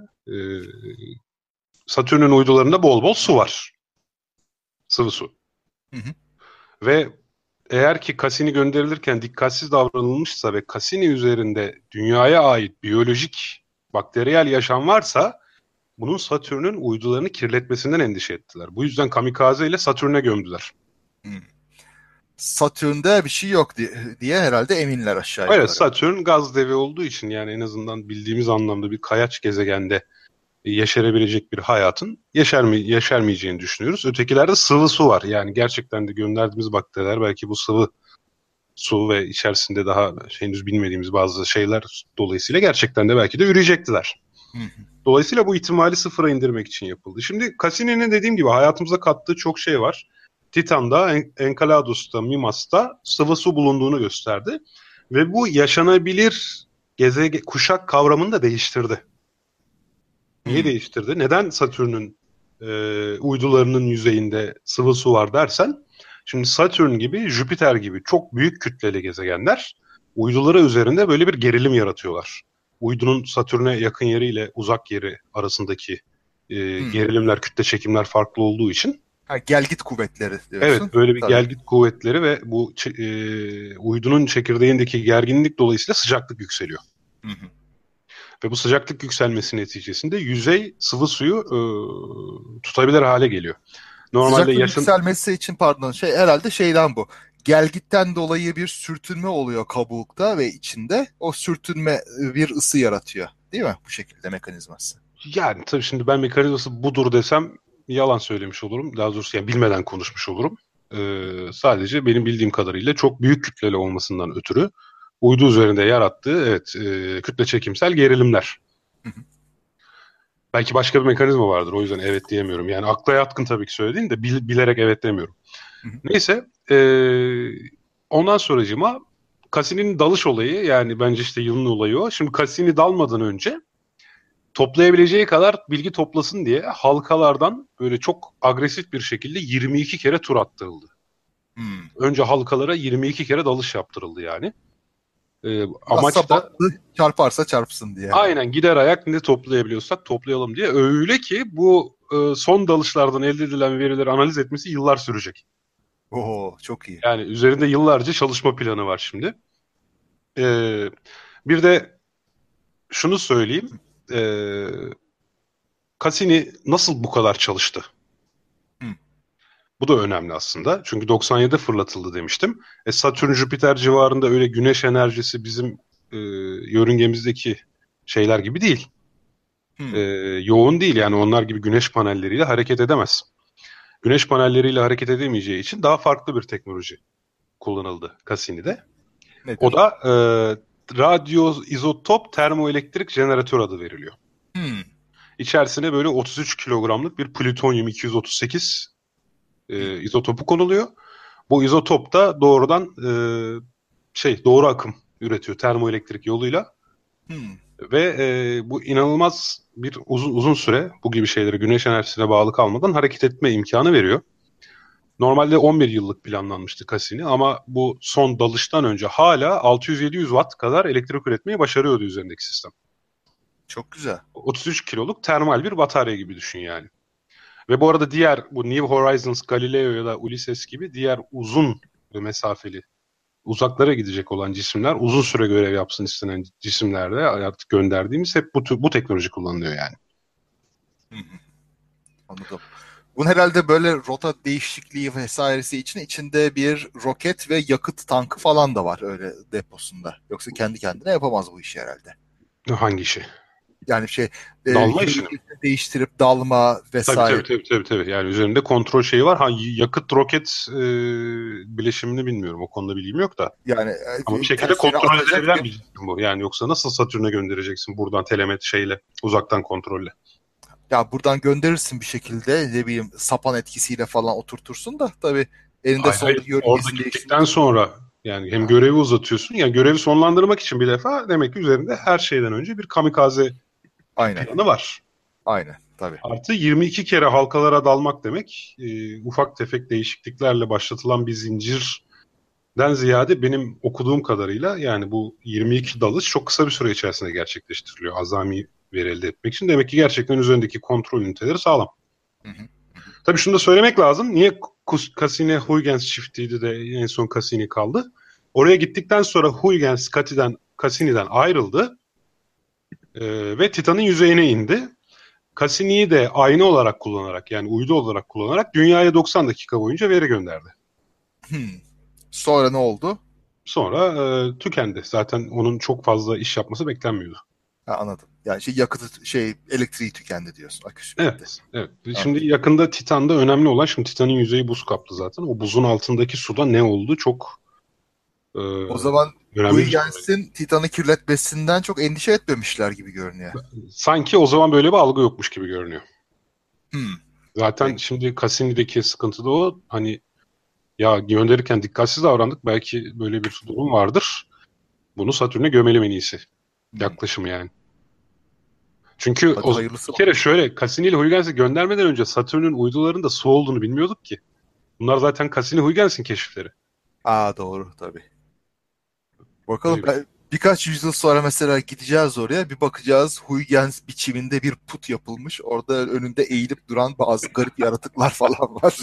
Satürn'ün uydularında bol bol su var. Sıvı su. Hı hı. Ve eğer ki Cassini gönderilirken dikkatsiz davranılmışsa ve Cassini üzerinde dünyaya ait biyolojik bakteriyel yaşam varsa bunun Satürn'ün uydularını kirletmesinden endişe ettiler. Bu yüzden kamikaze ile Satürn'e gömdüler. Satürn'de bir şey yok diye herhalde eminler aşağı yukarı. Evet, Satürn gaz devi olduğu için yani en azından bildiğimiz anlamda bir kayaç gezegende yeşerebilecek bir hayatın yeşermeyeceğini düşünüyoruz. Ötekilerde sıvı su var. Yani gerçekten de gönderdiğimiz bakteriler belki bu sıvı su ve içerisinde daha henüz bilmediğimiz bazı şeyler dolayısıyla gerçekten de belki de üreyecektiler. Dolayısıyla bu ihtimali sıfıra indirmek için yapıldı. Şimdi Cassini'nin dediğim gibi hayatımıza kattığı çok şey var. Titan'da, Enceladus'ta, Mimas'ta sıvı su bulunduğunu gösterdi. Ve bu yaşanabilir kuşak kavramını da değiştirdi. Niye değiştirdi? Neden Satürn'ün uydularının yüzeyinde sıvı su var dersen, şimdi Satürn gibi, Jüpiter gibi çok büyük kütleli gezegenler uyduları üzerinde böyle bir gerilim yaratıyorlar. Uydunun Satürn'e yakın yeriyle uzak yeri arasındaki gerilimler, kütle çekimler farklı olduğu için. Ha, gelgit kuvvetleri diyorsun. Evet, böyle bir Tabii. gelgit kuvvetleri ve bu uydunun çekirdeğindeki gerginlik dolayısıyla sıcaklık yükseliyor. Ve bu sıcaklık yükselmesi neticesinde yüzey sıvı suyu tutabilir hale geliyor. Normalde Sıcaklık yükselmesi için herhalde şeyden bu. Gelgitten dolayı bir sürtünme oluyor kabuğukta ve içinde. O sürtünme bir ısı yaratıyor. Değil mi? Bu şekilde mekanizması. Yani tabii şimdi ben mekanizması budur desem yalan söylemiş olurum. Daha doğrusu yani bilmeden konuşmuş olurum. Sadece benim bildiğim kadarıyla çok büyük kütleli olmasından ötürü uydu üzerinde yarattığı kütle çekimsel gerilimler. Belki başka bir mekanizma vardır. O yüzden evet diyemiyorum. Yani akla yatkın tabii ki söylediğim de bilerek evet demiyorum. Neyse. Ondan sonracığıma Cassini'nin dalış olayı, yani bence işte yılın olayı o. Şimdi Cassini dalmadan önce toplayabileceği kadar bilgi toplasın diye halkalardan böyle çok agresif bir şekilde 22 kere tur attırıldı. Önce halkalara 22 kere dalış yaptırıldı yani. Amaç da çarparsa çarpsın diye. Aynen, gider ayak ne toplayabiliyorsak toplayalım diye. Öyle ki bu son dalışlardan elde edilen verileri analiz etmesi yıllar sürecek. Oo, çok iyi. Yani üzerinde yıllarca çalışma planı var şimdi. Ee, Bir de şunu söyleyeyim. Ee, Cassini nasıl bu kadar çalıştı? Hı. Bu da önemli aslında. Çünkü 97'de fırlatıldı demiştim. Satürn Jüpiter civarında öyle güneş enerjisi bizim e, yörüngemizdeki şeyler gibi değil. Hı. E, Yoğun değil, yani onlar gibi güneş panelleriyle hareket edemez. Güneş panelleriyle hareket edemeyeceği için daha farklı bir teknoloji kullanıldı Cassini'de. O Nedir? da radyo izotop termoelektrik jeneratör adı veriliyor. Hı. İçerisine böyle 33 kilogramlık bir plütonyum 238 Hı. izotopu konuluyor. Bu izotop da doğrudan doğru akım üretiyor termoelektrik yoluyla Hı. ve bu inanılmaz bir uzun süre bu gibi şeylere güneş enerjisine bağlı kalmadan hareket etme imkanı veriyor. Normalde 11 yıllık planlanmıştı Cassini ama bu son dalıştan önce hala 600-700 watt kadar elektrik üretmeyi başarıyordu üzerindeki sistem. Çok güzel. 33 kiloluk termal bir batarya gibi düşün yani. Ve bu arada diğer bu New Horizons, Galileo ya da Ulysses gibi diğer uzun ve mesafeli uzaklara gidecek olan cisimler, uzun süre görev yapsın istenen cisimlerde artık gönderdiğimiz hep bu teknoloji kullanılıyor yani. Hı hı. Anladım. Bunun herhalde böyle rota değişikliği vesairesi için içinde bir roket ve yakıt tankı falan da var öyle deposunda. Yoksa kendi kendine yapamaz bu işi herhalde. Hangi işi? Yani Dalma işini mi? yörüngesini değiştirip dalma Tabii tabii vesaire. tabii tabii tabii. Yani üzerinde kontrol şeyi var. Ha, yakıt roket bileşimini bilmiyorum. O konuda bilgim yok da. Yani Ama bir şekilde tersine kontrol atacak edilebilen bir bir cisim bu. Yani yoksa nasıl Satürn'e göndereceksin buradan telemetri şeyle, uzaktan kontrolle? ya buradan gönderirsin bir şekilde ne bileyim sapan etkisiyle falan oturtursun da tabii elinde Hayır hayır. sonunda Orada yörüngesini gittikten değiştirirsin. sonra yani hem Ha, görevi uzatıyorsun. Yani görevi sonlandırmak için bir defa demek ki üzerinde her şeyden önce bir kamikaze aynen. planı var. Aynen tabii. Artı 22 kere halkalara dalmak demek ufak tefek değişikliklerle başlatılan bir zincirden ziyade benim okuduğum kadarıyla yani bu 22 dalış çok kısa bir süre içerisinde gerçekleştiriliyor azami veri elde etmek için. Demek ki gerçekten üzerindeki kontrol üniteleri sağlam. Hı hı. Hı hı. Tabii şunu da söylemek lazım. Niye Cassini-Huygens çiftiydi de en son Cassini kaldı? Oraya gittikten sonra Huygens Cassini'den ayrıldı ve Titan'ın yüzeyine indi. Cassini'yi de ayna olarak kullanarak yani uydu olarak kullanarak dünyaya 90 dakika boyunca veri gönderdi. Hmm. Sonra ne oldu? Sonra tükendi. Zaten onun çok fazla iş yapması beklenmiyordu. Ha, anladım. Yani yakıtı elektriği tükendi diyorsun. Aküsü bitti. Evet, evet. Anladım. Şimdi yakında Titan'da önemli olan, şimdi Titan'ın yüzeyi buz kaplı zaten. O buzun altındaki suda ne oldu çok e, O zaman önemli bir soru. Huygens'in Titan'ı kirletmesinden çok endişe etmemişler gibi görünüyor. Sanki o zaman böyle bir algı yokmuş gibi görünüyor. Hmm. Zaten Peki. şimdi Cassini'deki sıkıntı da o. Hani ya gönderirken dikkatsiz davrandık. Belki böyle bir durum vardır. Bunu Satürn'e gömelim en iyisi. Hmm. Yaklaşım yani. Çünkü Hadi bir hayırlısı kere bakalım. şöyle Cassini ile Huygens'i göndermeden önce Satürn'ün uydularında su olduğunu bilmiyorduk ki. Bunlar zaten Cassini-Huygents'in keşifleri. Aa, doğru tabii. Bakalım Öyle bir şey. birkaç yüzyıl sonra mesela gideceğiz oraya bir bakacağız Huygens biçiminde bir put yapılmış. Orada önünde eğilip duran bazı garip yaratıklar falan var.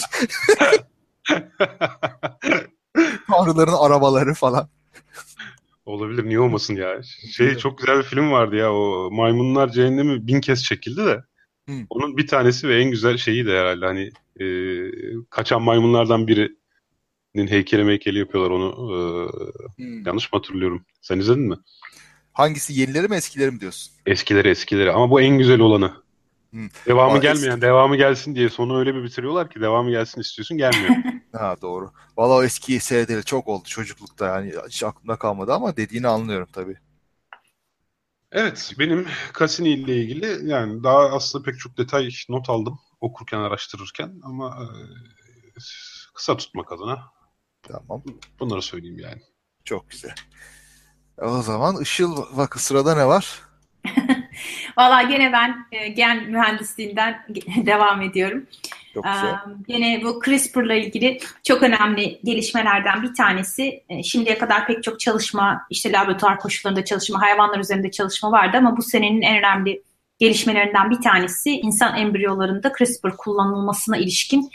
Tanrıların arabaları falan. Olabilir, niye olmasın ya. Değil mi? Çok güzel bir film vardı ya, o Maymunlar Cehennemi 1000 kez çekildi de. Hmm. Onun bir tanesi ve en güzel şeyi de herhalde hani kaçan maymunlardan birinin heykeli yapıyorlar onu. Hmm. Yanlış mı hatırlıyorum? Sen izledin mi? Hangisi, yenileri mi eskileri mi diyorsun? Eskileri ama bu en güzel olanı. Hmm. Devamı Eski. gelmeyen, devamı gelsin diye sonu öyle bir bitiriyorlar ki devamı gelsin istiyorsun, gelmiyor. Ha, doğru. Valla o eskiyi seyredeli çok oldu çocuklukta, yani hiç aklımda kalmadı ama dediğini anlıyorum tabii. Evet, benim Cassini ile ilgili yani daha aslında pek çok detay not aldım okurken, araştırırken ama kısa tutmak adına Tamam. bunları söyleyeyim yani. Çok güzel. O zaman Işıl, vakı sırada ne var? Valla gene ben gen mühendisliğinden devam ediyorum. Çok güzel. Gene bu CRISPR'la ilgili çok önemli gelişmelerden bir tanesi. Şimdiye kadar pek çok çalışma, işte laboratuvar koşullarında çalışma, hayvanlar üzerinde çalışma vardı ama bu senenin en önemli gelişmelerinden bir tanesi insan embriyolarında CRISPR kullanılmasına ilişkin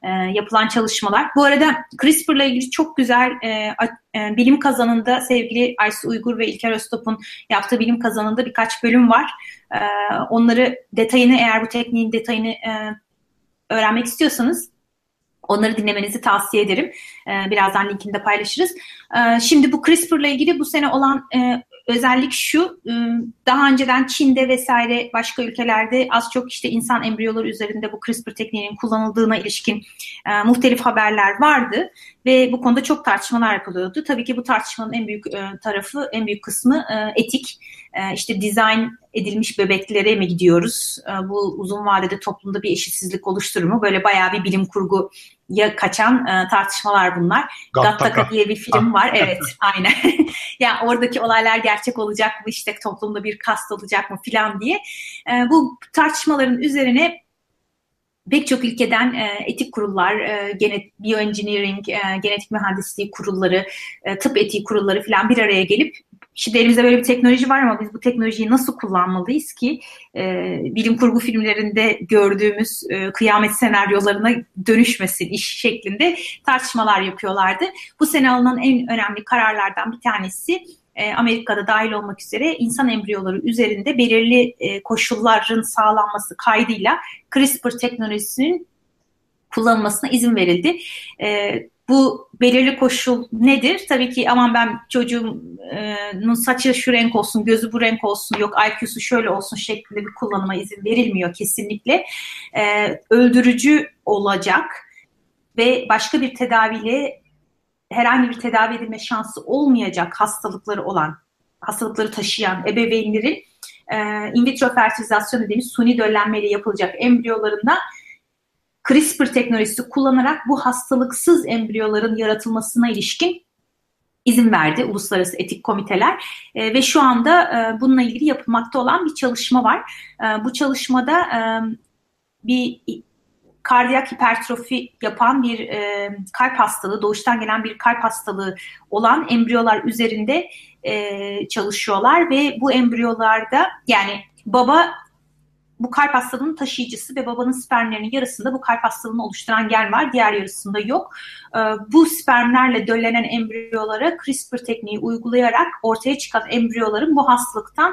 yapılan çalışmalar. Bu arada CRISPR'la ilgili çok güzel bilim kazanında sevgili Aysu Uygur ve İlker Öztop'un yaptığı bilim kazanında birkaç bölüm var. Onları detayını, eğer bu tekniğin detayını öğrenmek istiyorsanız onları dinlemenizi tavsiye ederim. Birazdan linkini de paylaşırız. Şimdi bu CRISPR'la ilgili bu sene olan özellik şu: daha önceden Çin'de vesaire başka ülkelerde az çok işte insan embriyoları üzerinde bu CRISPR tekniğinin kullanıldığına ilişkin muhtelif haberler vardı ve bu konuda çok tartışmalar yapılıyordu. Tabii ki bu tartışmanın en büyük tarafı, en büyük kısmı etik. İşte dizayn edilmiş bebeklere mi gidiyoruz? Bu uzun vadede toplumda bir eşitsizlik oluşturur mu? Böyle bayağı bir bilim kurguya kaçan tartışmalar bunlar. Gattaca diye bir film var. Evet, aynen. Yani oradaki olaylar gerçek olacak mı? İşte toplumda bir kast olacak mı filan diye. Bu tartışmaların üzerine pek çok ülkeden etik kurullar, bioengineering, genetik mühendisliği kurulları, tıp etiği kurulları filan bir araya gelip şimdi elimizde böyle bir teknoloji var ama biz bu teknolojiyi nasıl kullanmalıyız ki bilim kurgu filmlerinde gördüğümüz kıyamet senaryolarına dönüşmesin iş şeklinde tartışmalar yapıyorlardı. Bu sene alınan en önemli kararlardan bir tanesi Amerika'da dahil olmak üzere insan embriyoları üzerinde belirli koşulların sağlanması kaydıyla CRISPR teknolojisinin kullanılmasına izin verildi. Bu belirli koşul nedir? Tabii ki aman ben çocuğumun saçı şu renk olsun, gözü bu renk olsun, yok IQ'su şöyle olsun şeklinde bir kullanıma izin verilmiyor kesinlikle. Öldürücü olacak ve başka bir tedaviyle herhangi bir tedavi edilme şansı olmayacak hastalıkları taşıyan ebeveynlerin in vitro fertilizasyon dediğimiz suni döllenmeyle yapılacak embriyolarında CRISPR teknolojisi kullanarak bu hastalıksız embriyoların yaratılmasına ilişkin izin verdi uluslararası etik komiteler ve şu anda bununla ilgili yapılmakta olan bir çalışma var. Bu çalışmada bir kardiyak hipertrofi yapan bir kalp hastalığı, doğuştan gelen bir kalp hastalığı olan embriyolar üzerinde çalışıyorlar ve bu embriyolarda yani baba bu kalp hastalığının taşıyıcısı ve babanın spermlerinin yarısında bu kalp hastalığını oluşturan gen var, diğer yarısında yok. Bu spermlerle döllenen embriyolara CRISPR tekniği uygulayarak ortaya çıkan embriyoların bu hastalıktan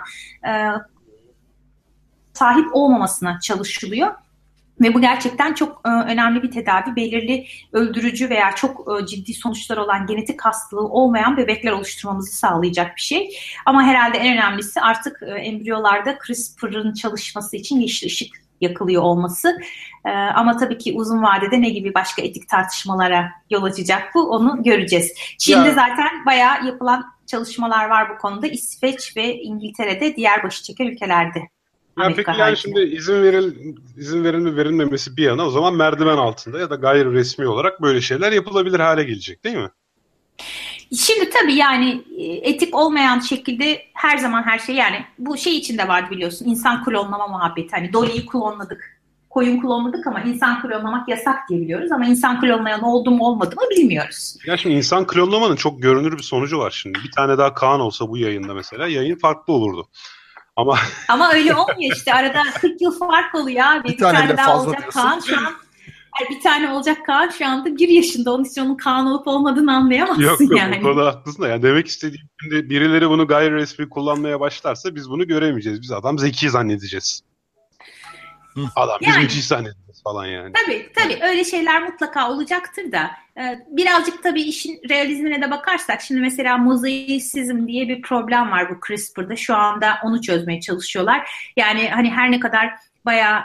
sahip olmamasına çalışılıyor. Ve bu gerçekten çok önemli bir tedavi. Belirli öldürücü veya çok ciddi sonuçlar olan genetik hastalığı olmayan bebekler oluşturmamızı sağlayacak bir şey. Ama herhalde en önemlisi artık embriyolarda CRISPR'ın çalışması için yeşil ışık yakılıyor olması. Ama tabii ki uzun vadede ne gibi başka etik tartışmalara yol açacak bu, onu göreceğiz. Çin'de zaten bayağı yapılan çalışmalar var bu konuda. İsveç ve İngiltere'de diğer başı çeken ülkelerde. Ya peki yani şimdi izin verilme verilmemesi bir yana, o zaman merdiven altında ya da gayri resmi olarak böyle şeyler yapılabilir hale gelecek değil mi? Şimdi tabii yani etik olmayan şekilde her zaman her şey, yani bu şey içinde vardı biliyorsun, insan klonlama muhabbeti. Hani Dolly'yi klonladık, koyun klonladık ama insan klonlamak yasak diye biliyoruz ama insan klonlayan oldu mu olmadı mı bilmiyoruz. Ya şimdi insan klonlamanın çok görünür bir sonucu var şimdi. Bir tane daha Kaan olsa bu yayında mesela yayın farklı olurdu. Ama öyle olmuyor işte. Arada 40 yıl fark oluyor abi. Bir tane daha olacak diyorsun. Kaan şu an. Bir tane olacak Kaan şu anda 1 yaşında. Onun için onun Kaan olup olmadığını anlayamazsın yok, yani. Bu konuda haklısın da. Yani demek istediğim, şimdi birileri bunu gayri resmi kullanmaya başlarsa biz bunu göremeyeceğiz. Biz adam zeki zannedeceğiz. Adam biz müthiş zannedeceğiz falan yani. Tabii öyle şeyler mutlaka olacaktır da birazcık tabii işin realizmine de bakarsak, şimdi mesela mozaisizm diye bir problem var bu CRISPR'da. Şu anda onu çözmeye çalışıyorlar. Yani hani her ne kadar bayağı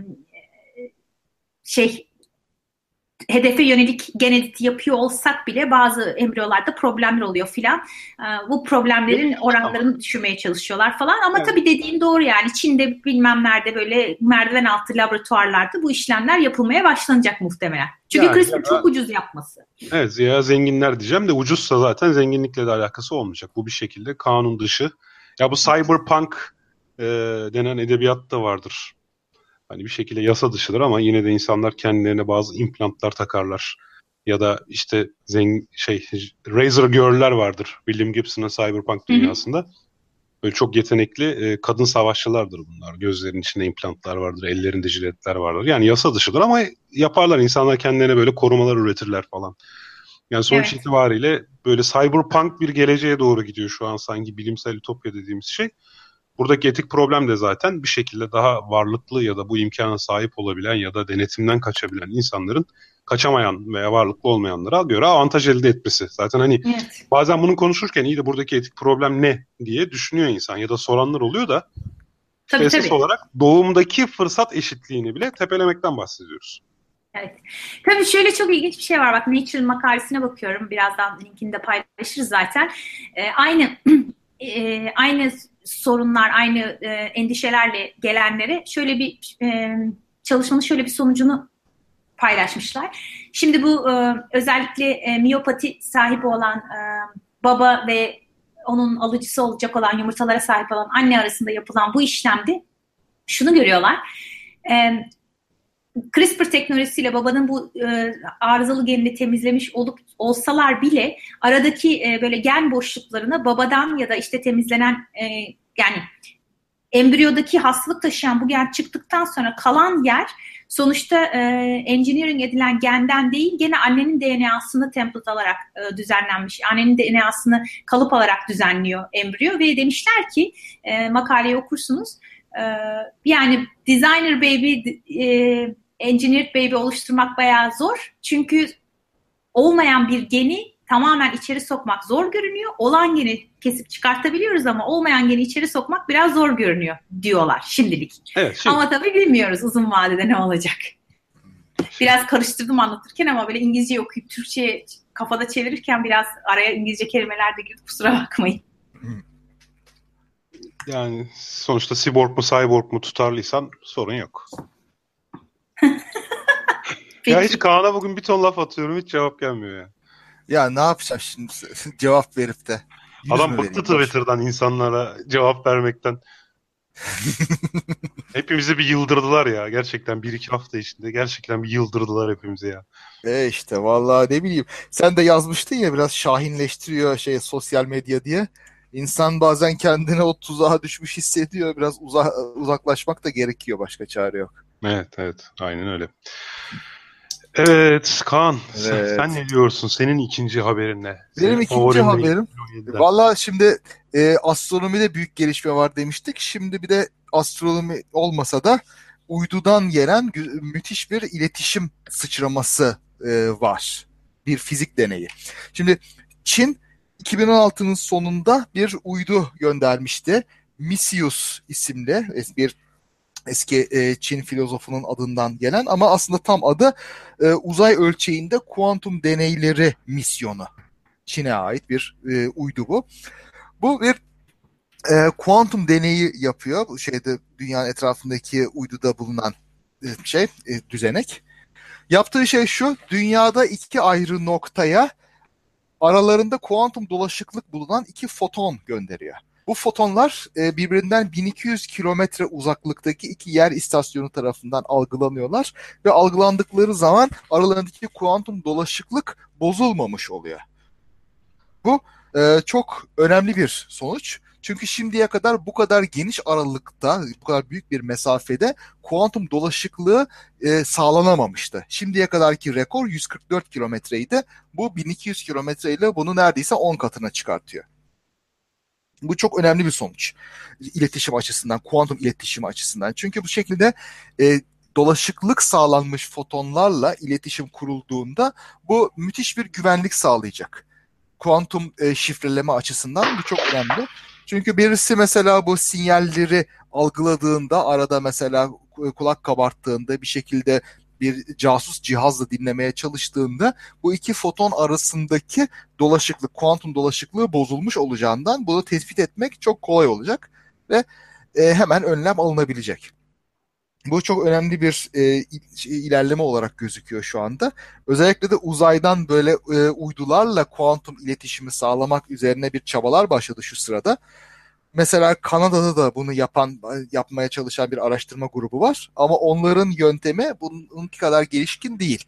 hedefe yönelik gen editi yapıyor olsak bile bazı embriyolarda problemler oluyor filan. Bu problemlerin oranlarını düşürmeye çalışıyorlar falan. Ama evet, tabii dediğin doğru yani. Çin'de bilmem nerede böyle merdiven altı laboratuvarlarda bu işlemler yapılmaya başlanacak muhtemelen. Çünkü yani, CRISPR çok ucuz yapması. Evet, ya zenginler diyeceğim de ucuzsa zaten zenginlikle de alakası olmayacak. Bu bir şekilde kanun dışı. Ya bu cyberpunk denen edebiyat da vardır. Hani bir şekilde yasa dışıdır ama yine de insanlar kendilerine bazı implantlar takarlar. Ya da işte Razor Girl'ler vardır William Gibson'ın Cyberpunk dünyasında. Böyle çok yetenekli kadın savaşçılardır bunlar. Gözlerinin içinde implantlar vardır, ellerinde jiletler vardır. Yani yasa dışıdır ama yaparlar. İnsanlar kendilerine böyle korumalar üretirler falan. Yani sonuç Evet. itibariyle böyle cyberpunk bir geleceğe doğru gidiyor şu an, sanki bilimsel ütopya dediğimiz şey. Buradaki etik problem de zaten bir şekilde daha varlıklı ya da bu imkana sahip olabilen ya da denetimden kaçabilen insanların kaçamayan veya varlıklı olmayanlara göre avantaj elde etmesi. Zaten hani Evet. bazen bunu konuşurken iyi de buradaki etik problem ne diye düşünüyor insan ya da soranlar oluyor da işte Tabii esas tabii. olarak doğumdaki fırsat eşitliğini bile tepelemekten bahsediyoruz. Evet. Tabii şöyle çok ilginç bir şey var. Bak, Nature makalesine bakıyorum. Birazdan linkini de paylaşırız zaten. Aynı aynı sorunlar, aynı endişelerle gelenlere şöyle bir çalışmanın şöyle bir sonucunu paylaşmışlar. Şimdi bu özellikle miyopati sahibi olan baba ve onun alıcısı olacak olan yumurtalara sahip olan anne arasında yapılan bu işlemde şunu görüyorlar. CRISPR teknolojisiyle babanın bu arızalı genini temizlemiş olsalar bile aradaki böyle gen boşluklarına babadan ya da işte temizlenen yani embriyodaki hastalık taşıyan bu gen çıktıktan sonra kalan yer sonuçta engineering edilen genden değil, gene annenin DNA'sını template alarak düzenlenmiş. Annenin DNA'sını kalıp alarak düzenliyor embriyo ve demişler ki makaleyi okursunuz. Yani designer baby, engineered baby oluşturmak bayağı zor. Çünkü olmayan bir geni tamamen içeri sokmak zor görünüyor. Olan geni kesip çıkartabiliyoruz ama olmayan geni içeri sokmak biraz zor görünüyor diyorlar şimdilik. Evet, şimdi. Ama tabii bilmiyoruz uzun vadede ne olacak. Biraz karıştırdım anlatırken ama böyle İngilizce okuyup Türkçe'ye kafada çevirirken biraz araya İngilizce kelimeler de girdi. Kusura bakmayın. Yani sonuçta cyborg mu cyborg mu tutarlıysan sorun yok. Ya hiç Kaan'a bugün bir ton laf atıyorum, hiç cevap gelmiyor ya. Ya ne yapacağım şimdi cevap verip de? Adam bıktı Twitter'dan insanlara cevap vermekten. Hepimizi bir yıldırdılar ya. Gerçekten 1-2 hafta içinde gerçekten bir yıldırdılar hepimizi ya. İşte vallahi ne bileyim. Sen de yazmıştın ya, biraz şahinleştiriyor sosyal medya diye. İnsan bazen kendini o tuzağa düşmüş hissediyor. Biraz uzaklaşmak da gerekiyor. Başka çare yok. Evet, aynen öyle. Evet Kaan, Evet. sen ne diyorsun? Senin ikinci haberin ne? Benim Senin ikinci favorin ne haberim. 2017'den? Valla şimdi astronomide büyük gelişme var demiştik. Şimdi bir de astronomi olmasa da uydudan gelen müthiş bir iletişim sıçraması var. Bir fizik deneyi. Şimdi Çin 2016'nın sonunda bir uydu göndermişti. Misius isimli bir eski Çin filozofunun adından gelen, ama aslında tam adı uzay ölçeğinde kuantum deneyleri misyonu. Çin'e ait bir uydu bu. Bu bir kuantum deneyi yapıyor. Bu dünyanın etrafındaki uyduda bulunan düzenek. Yaptığı şey şu: dünyada iki ayrı noktaya aralarında kuantum dolaşıklık bulunan iki foton gönderiyor. Bu fotonlar birbirinden 1200 kilometre uzaklıktaki iki yer istasyonu tarafından algılanıyorlar ve algılandıkları zaman aralarındaki kuantum dolaşıklık bozulmamış oluyor. Bu çok önemli bir sonuç. Çünkü şimdiye kadar bu kadar geniş aralıkta, bu kadar büyük bir mesafede kuantum dolaşıklığı sağlanamamıştı. Şimdiye kadarki rekor 144 kilometreydi. Bu 1200 kilometreyle bunu neredeyse 10 katına çıkartıyor. Bu çok önemli bir sonuç. İletişim açısından, kuantum iletişimi açısından. Çünkü bu şekilde dolaşıklık sağlanmış fotonlarla iletişim kurulduğunda bu müthiş bir güvenlik sağlayacak. Kuantum şifreleme açısından bu çok önemli. Çünkü birisi mesela bu sinyalleri algıladığında, arada mesela kulak kabarttığında, bir şekilde bir casus cihazla dinlemeye çalıştığında bu iki foton arasındaki dolaşıklık, kuantum dolaşıklığı bozulmuş olacağından bunu tespit etmek çok kolay olacak ve hemen önlem alınabilecek. Bu çok önemli bir ilerleme olarak gözüküyor şu anda. Özellikle de uzaydan böyle uydularla kuantum iletişimi sağlamak üzerine bir çabalar başladı şu sırada. Mesela Kanada'da da bunu yapmaya çalışan bir araştırma grubu var. Ama onların yöntemi bununki kadar gelişkin değil.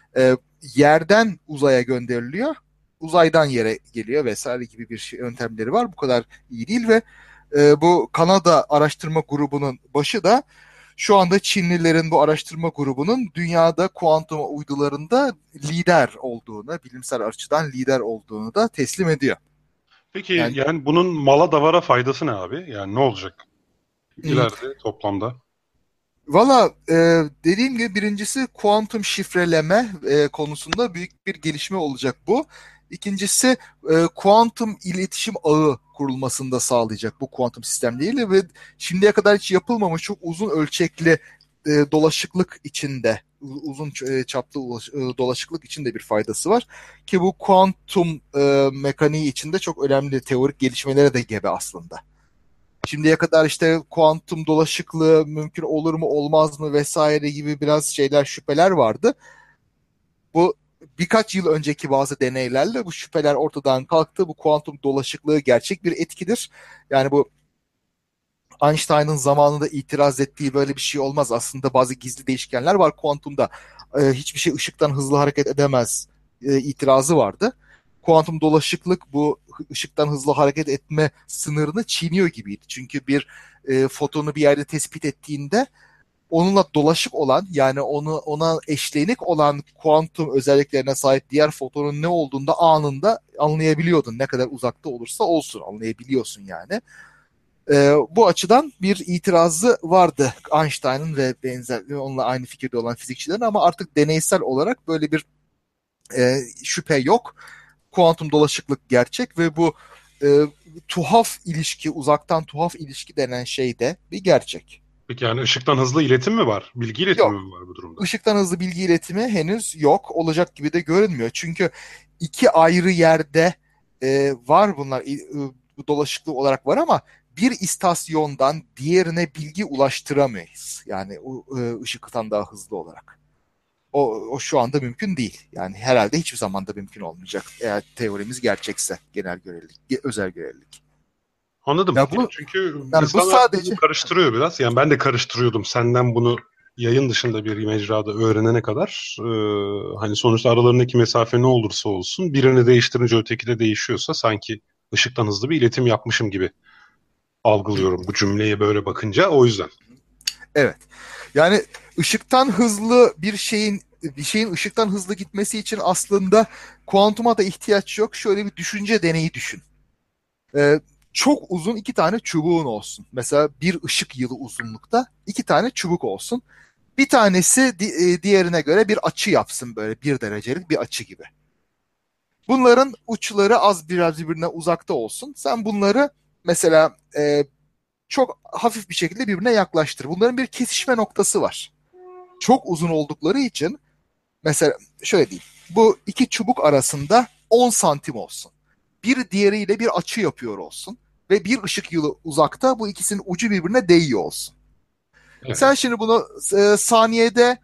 Yerden uzaya gönderiliyor, uzaydan yere geliyor vesaire gibi bir yöntemleri var. Bu kadar iyi değil ve Bu Kanada araştırma grubunun başı da şu anda Çinlilerin bu araştırma grubunun dünyada kuantum uydularında lider olduğunu, bilimsel açıdan lider olduğunu da teslim ediyor. Peki Yani yani bunun mala davara faydası ne abi? Yani ne olacak hmm, ileride toplamda? valla dediğim gibi birincisi kuantum şifreleme konusunda büyük bir gelişme olacak bu. İkincisi kuantum iletişim ağı kurulmasını da sağlayacak bu kuantum sistemleriyle ve şimdiye kadar hiç yapılmamış çok uzun ölçekli dolaşıklık içinde uzun çaplı dolaşıklık içinde bir faydası var ki bu kuantum mekaniği içinde çok önemli teorik gelişmelere de gebe aslında. Şimdiye kadar işte kuantum dolaşıklığı mümkün olur mu olmaz mı vesaire gibi biraz şeyler şüpheler vardı. Bu birkaç yıl önceki bazı deneylerle bu şüpheler ortadan kalktı. Bu kuantum dolaşıklığı gerçek bir etkidir. Yani bu Einstein'ın zamanında itiraz ettiği böyle bir şey olmaz. Aslında bazı gizli değişkenler var kuantumda. Hiçbir şey ışıktan hızlı hareket edemez itirazı vardı. Kuantum dolaşıklık bu ışıktan hızlı hareket etme sınırını çiğniyor gibiydi. Çünkü bir fotonu bir yerde tespit ettiğinde onunla dolaşık olan yani ona eşlenik olan kuantum özelliklerine sahip diğer fotonun ne olduğunu da anında anlayabiliyordun. Ne kadar uzakta olursa olsun anlayabiliyorsun yani. Bu açıdan bir itirazı vardı Einstein'ın ve benzer onunla aynı fikirde olan fizikçilerin ama artık deneysel olarak böyle bir şüphe yok. Kuantum dolaşıklık gerçek ve bu tuhaf ilişki, uzaktan tuhaf ilişki denen şey de bir gerçek. Peki yani ışıktan hızlı iletim mi var? Bilgi iletimi Yok. mi var bu durumda? Işıktan hızlı bilgi iletimi henüz yok. Olacak gibi de görünmüyor. Çünkü iki ayrı yerde var bunlar. Dolaşıklı olarak var ama bir istasyondan diğerine bilgi ulaştıramayız. Yani ışıktan daha hızlı olarak. O şu anda mümkün değil. Yani herhalde hiçbir zamanda mümkün olmayacak. Eğer teorimiz gerçekse genel görelilik, özel görelilik. Anladım. Ya Yani bu çünkü yani bu insanlar sadece bunu karıştırıyor biraz. Yani ben de karıştırıyordum. Senden bunu yayın dışında bir mecrada öğrenene kadar hani sonuçta aralarındaki mesafe ne olursa olsun birini değiştirince öteki de değişiyorsa sanki ışıktan hızlı bir iletim yapmışım gibi algılıyorum bu cümleye böyle bakınca o yüzden. evet. Yani ışıktan hızlı bir şeyin ışıktan hızlı gitmesi için aslında kuantuma da ihtiyaç yok. Şöyle bir düşünce deneyi düşün. Ee, Çok uzun iki tane çubuğun olsun. Mesela bir ışık yılı uzunlukta iki tane çubuk olsun. Bir tanesi diğerine göre bir açı yapsın böyle 1 derecelik bir açı gibi. Bunların uçları az biraz birbirine uzakta olsun. Sen bunları mesela çok hafif bir şekilde birbirine yaklaştır. Bunların bir kesişme noktası var. Çok uzun oldukları için mesela şöyle diyeyim. Bu iki çubuk arasında 10 santim olsun. Bir diğeriyle bir açı yapıyor olsun. Ve bir ışık yılı uzakta bu ikisinin ucu birbirine değiyor olsun. Evet. Sen şimdi bunu saniyede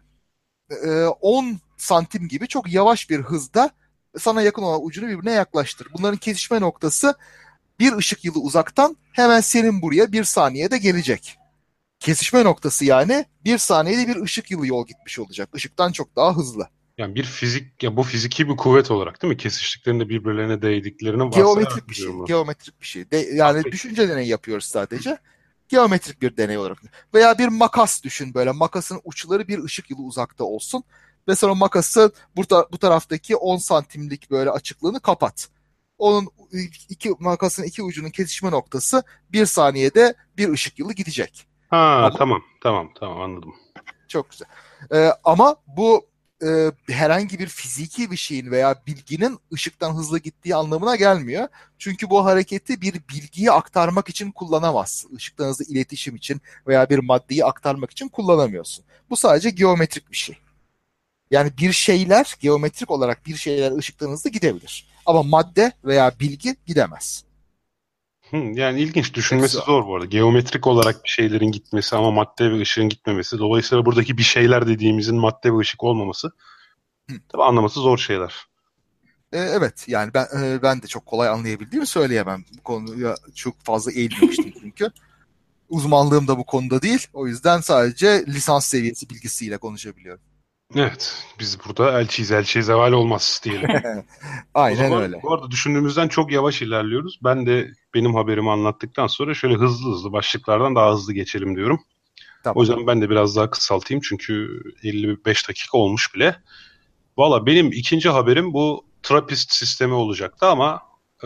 10 santim gibi çok yavaş bir hızda sana yakın olan ucunu birbirine yaklaştır. Bunların kesişme noktası bir ışık yılı uzaktan hemen senin buraya 1 saniyede gelecek. Kesişme noktası yani 1 saniyede bir ışık yılı yol gitmiş olacak. Işıktan çok daha hızlı. Yani bir fizik ya bu fiziki bir kuvvet olarak değil mi? Kesiştiklerinde birbirlerine değdiklerini varsayarak Geometrik bir biliyorum şey. bunu. Geometrik bir şey. Ha, Yani peki. düşünce deneyi yapıyoruz sadece. Geometrik bir deney olarak. Veya bir makas düşün böyle. Makasın uçları bir ışık yılı uzakta olsun. Ve sonra makası bu taraftaki 10 santimlik böyle açıklığını kapat. Onun makasın iki ucunun kesişme noktası 1 saniyede bir ışık yılı gidecek. Ha, Ama tamam tamam tamam anladım. çok güzel. Ama bu herhangi bir fiziki bir şeyin veya bilginin ışıktan hızlı gittiği anlamına gelmiyor. Çünkü bu hareketi bir bilgiyi aktarmak için kullanamazsın. Işıktan hızlı iletişim için veya bir maddeyi aktarmak için kullanamıyorsun. Bu sadece geometrik bir şey. Yani bir şeyler geometrik olarak bir şeyler ışıktan hızlı gidebilir. Ama madde veya bilgi gidemez. Yani ilginç düşünmesi Hepsi o. zor bu arada. Geometrik olarak bir şeylerin gitmesi ama madde ve ışığın gitmemesi. Dolayısıyla buradaki bir şeyler dediğimizin madde ve ışık olmaması Hı. tabii anlaması zor şeyler. Evet yani ben de çok kolay anlayabildiğimi söyleyemem. Bu konuya çok fazla eğilmemiştim çünkü. Uzmanlığım da bu konuda değil. O yüzden sadece lisans seviyesi bilgisiyle konuşabiliyorum. Evet, biz burada elçiyiz, elçiye zeval olmaz diyelim. O Aynen zaman öyle. bu arada düşündüğümüzden çok yavaş ilerliyoruz. Ben de benim haberimi anlattıktan sonra şöyle hızlı hızlı başlıklardan daha hızlı geçelim diyorum. O Tamam. yüzden ben de biraz daha kısaltayım çünkü 55 dakika olmuş bile. Valla benim ikinci haberim bu Trappist sistemi olacaktı ama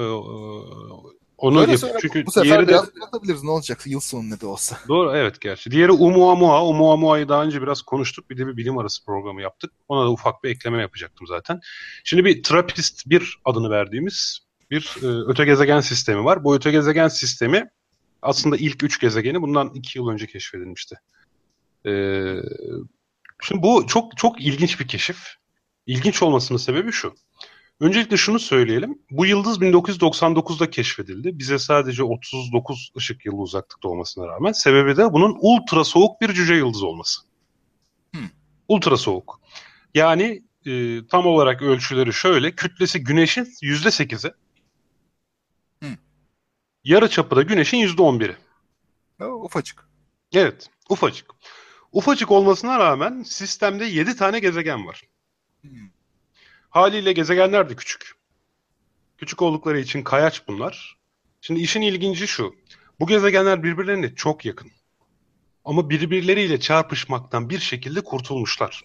onu Söyle yap söyle. çünkü Bu sefer diğeri de biraz uzatabiliriz. Ne olacak? Yıl sonu ne de olsa. doğru, evet, gerçi. Diğeri Oumuamua. Oumuamua'yı daha önce biraz konuştuk. Bir de bir bilim arası programı yaptık. Ona da ufak bir ekleme yapacaktım zaten. Şimdi bir Trappist bir adını verdiğimiz bir öte gezegen sistemi var. Bu öte gezegen sistemi aslında ilk 3 gezegeni bundan 2 yıl önce keşfedilmişti. E, Şimdi bu çok çok ilginç bir keşif. İlginç olmasının sebebi şu. Öncelikle şunu söyleyelim. Bu yıldız 1999'da keşfedildi. Bize sadece 39 ışık yılı uzaklıkta olmasına rağmen. Sebebi de bunun ultra soğuk bir cüce yıldız olması. Hmm. Ultra soğuk. Yani tam olarak ölçüleri şöyle. Kütlesi Güneş'in %8'i. Hmm. Yarıçapı da Güneş'in %11'i. Ufacık. Evet, ufacık. Ufacık olmasına rağmen sistemde 7 tane gezegen var. Hmm. Haliyle gezegenler de küçük. Küçük oldukları için kayaç bunlar. Şimdi işin ilginci şu. Bu gezegenler birbirlerine çok yakın. Ama birbirleriyle çarpışmaktan bir şekilde kurtulmuşlar.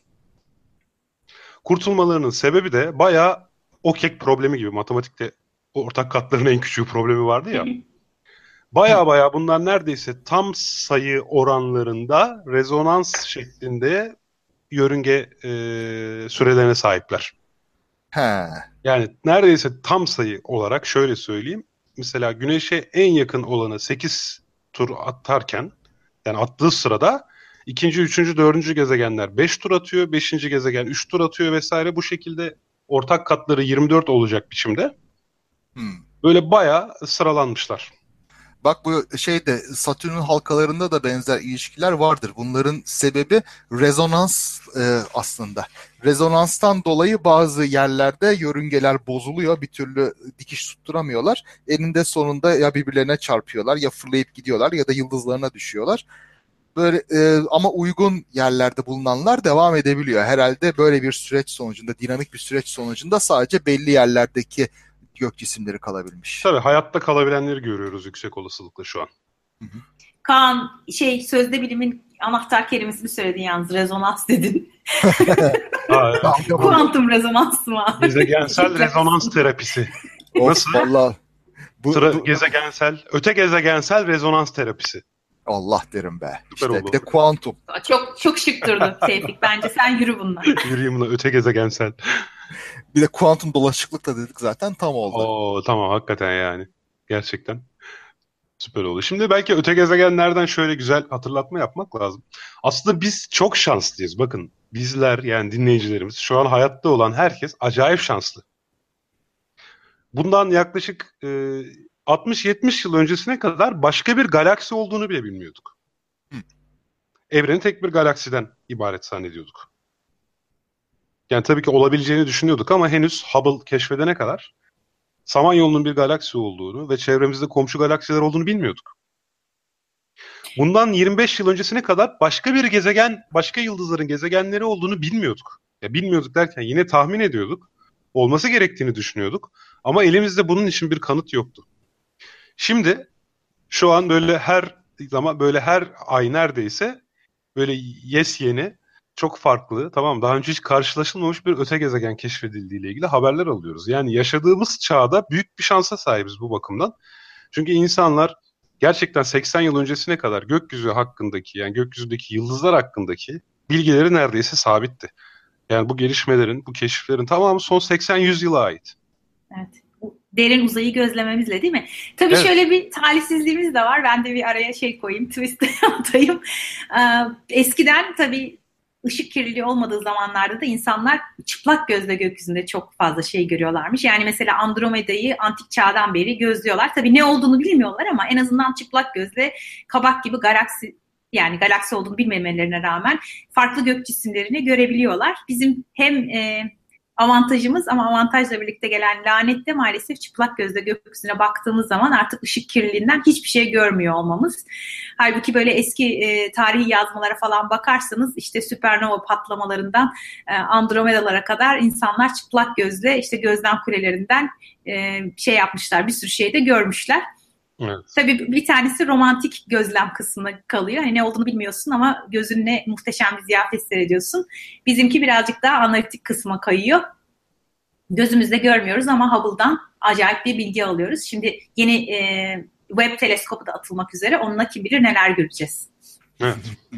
Kurtulmalarının sebebi de bayağı okek problemi gibi. Matematikte ortak katların en küçüğü problemi vardı ya. Hmm. Bayağı bunlar neredeyse tam sayı oranlarında rezonans şeklinde yörünge sürelerine sahipler. He. Yani neredeyse tam sayı olarak şöyle söyleyeyim. Mesela Güneş'e en yakın olanı 8 tur atarken, yani attığı sırada ikinci, üçüncü, dördüncü gezegenler 5 tur atıyor. Beşinci gezegen 3 tur atıyor vesaire. Bu şekilde ortak katları 24 olacak biçimde. Hmm. Böyle bayağı sıralanmışlar. Bak bu şeyde Satürn'ün halkalarında da benzer ilişkiler vardır. Bunların sebebi rezonans aslında. Rezonanstan dolayı bazı yerlerde yörüngeler bozuluyor. Bir türlü dikiş tutturamıyorlar. Eninde sonunda ya birbirlerine çarpıyorlar ya fırlayıp gidiyorlar ya da yıldızlarına düşüyorlar. Böyle ama uygun yerlerde bulunanlar devam edebiliyor. Herhalde böyle bir süreç sonucunda, dinamik bir süreç sonucunda sadece belli yerlerdeki gök cisimleri kalabilmiş. Tabii hayatta kalabilenleri görüyoruz yüksek olasılıkla şu an. Hı hı. Kaan sözde bilimin anahtar kelimesini söyledin yalnız rezonans dedin. Aa, evet. Dalga bu. Kuantum rezonans mı? Gezegensel rezonans terapisi. Of Nasıl? valla bu Öte gezegensel rezonans terapisi. Allah derim be. Süper İşte bir oldu. de kuantum. Çok çok şık durdu Tevfik. Bence sen yürü bununla. Yürüyeyim lan, öte gezegensel. Bir de kuantum dolaşıklık da dedik zaten tam oldu. Oo, tamam, hakikaten yani. Gerçekten süper oldu. Şimdi belki öte gezegenlerden şöyle güzel hatırlatma yapmak lazım. Aslında biz çok şanslıyız. Bakın bizler, yani dinleyicilerimiz, şu an hayatta olan herkes acayip şanslı. Bundan yaklaşık 60-70 yıl öncesine kadar başka bir galaksi olduğunu bile bilmiyorduk. Hı. Evreni tek bir galaksiden ibaret zannediyorduk. Yani tabii ki olabileceğini düşünüyorduk ama henüz Hubble keşfedene kadar Samanyolu'nun bir galaksi olduğunu ve çevremizde komşu galaksiler olduğunu bilmiyorduk. Bundan 25 yıl öncesine kadar başka bir gezegen, başka yıldızların gezegenleri olduğunu bilmiyorduk. Ya bilmiyorduk derken yine tahmin ediyorduk. Olması gerektiğini düşünüyorduk. Ama elimizde bunun için bir kanıt yoktu. Şimdi şu an böyle her ay neredeyse böyle yeni çok farklı, tamam, daha önce hiç karşılaşılmamış bir öte gezegen keşfedildiğiyle ilgili haberler alıyoruz. Yani yaşadığımız çağda büyük bir şansa sahibiz bu bakımdan. Çünkü insanlar gerçekten 80 yıl öncesine kadar gökyüzü hakkındaki, yani gökyüzündeki yıldızlar hakkındaki bilgileri neredeyse sabitti. Yani bu gelişmelerin, bu keşiflerin tamamı son 80-100 yıla ait. Evet. Derin uzayı gözlememizle değil mi? Tabii Evet. şöyle bir talihsizliğimiz de var. Ben de bir araya koyayım, twist atayım. Eskiden tabii ışık kirliliği olmadığı zamanlarda da insanlar çıplak gözle gökyüzünde çok fazla şey görüyorlarmış. Yani mesela Andromeda'yı antik çağdan beri gözlüyorlar. Tabii ne olduğunu bilmiyorlar ama en azından çıplak gözle kabak gibi galaksi olduğunu bilmemelerine rağmen farklı gök cisimlerini görebiliyorlar. Bizim hem avantajımız ama avantajla birlikte gelen lanet de maalesef çıplak gözle gökyüzüne baktığımız zaman artık ışık kirliliğinden hiçbir şey görmüyor olmamız. Halbuki böyle eski tarihi yazmalara falan bakarsanız işte süpernova patlamalarından Andromedalara kadar insanlar çıplak gözle işte gözlem kulelerinden şey yapmışlar, bir sürü şey de görmüşler. Evet. Tabii bir tanesi romantik gözlem kısmına kalıyor. Yani ne olduğunu bilmiyorsun ama gözünle muhteşem bir ziyafet seyrediyorsun. Bizimki birazcık daha analitik kısma kayıyor. Gözümüzle görmüyoruz ama Hubble'dan acayip bir bilgi alıyoruz. Şimdi yeni Webb teleskopu da atılmak üzere. Onunla kim bilir neler göreceğiz. Evet.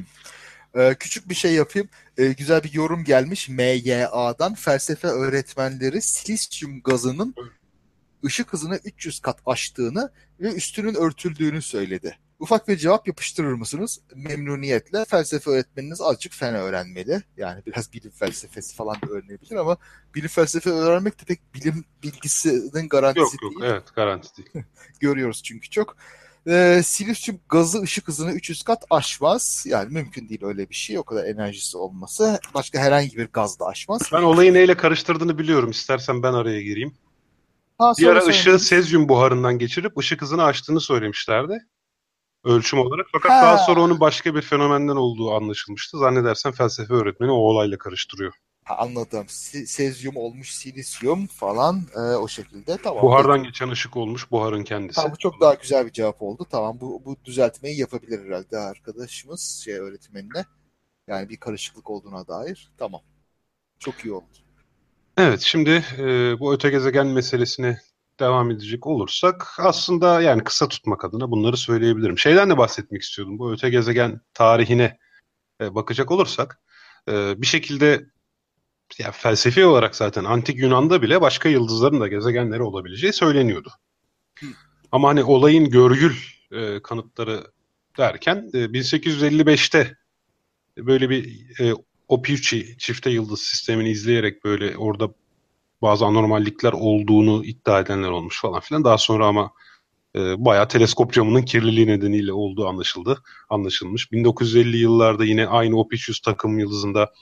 Küçük bir şey yapayım. Güzel bir yorum gelmiş MYA'dan. Felsefe öğretmenleri silisyum gazının ışık hızını 300 kat aştığını ve üstünün örtüldüğünü söyledi. Ufak bir cevap yapıştırır mısınız? Memnuniyetle. Felsefe öğretmeniniz azıcık fen öğrenmeli. Yani biraz bilim felsefesi falan da öğrenebilir ama bilim felsefe öğrenmek de pek bilim bilgisinin garantisi değil. Yok, evet, garanti değil. Görüyoruz çünkü çok. Silisyum gazı ışık hızını 300 kat aşmaz. Yani mümkün değil öyle bir şey. O kadar enerjisi olması. Başka herhangi bir gaz da aşmaz. Ben olayı neyle karıştırdığını biliyorum. İstersen ben araya gireyim. Bir ara ışığı sezyum buharından geçirip ışık hızını aştığını söylemişlerdi. Ölçüm olarak. Fakat daha sonra onun başka bir fenomenden olduğu anlaşılmıştı. Zannedersem felsefe öğretmeni o olayla karıştırıyor. Anladım. Sezyum olmuş silisyum falan o şekilde. Tamam. Buhardan geçen ışık olmuş buharın kendisi. Tamam, bu çok daha güzel bir cevap oldu. Tamam, bu düzeltmeyi yapabilir herhalde arkadaşımız öğretmenine. Yani bir karışıklık olduğuna dair. Tamam. Çok iyi oldu. Evet, şimdi bu öte gezegen meselesine devam edecek olursak aslında yani kısa tutmak adına bunları söyleyebilirim. Şeyden de bahsetmek istiyordum. Bu öte gezegen tarihine bakacak olursak bir şekilde ya felsefi olarak zaten antik Yunan'da bile başka yıldızların da gezegenleri olabileceği söyleniyordu. Ama hani olayın görgül kanıtları derken 1855'te böyle bir Ophiuchi çifte yıldız sistemini izleyerek böyle orada bazı anormallikler olduğunu iddia edenler olmuş falan filan. Daha sonra ama bayağı teleskop camının kirliliği nedeniyle olduğu anlaşılmış. 1950 yıllarda yine aynı Ophiuchi takım yıldızında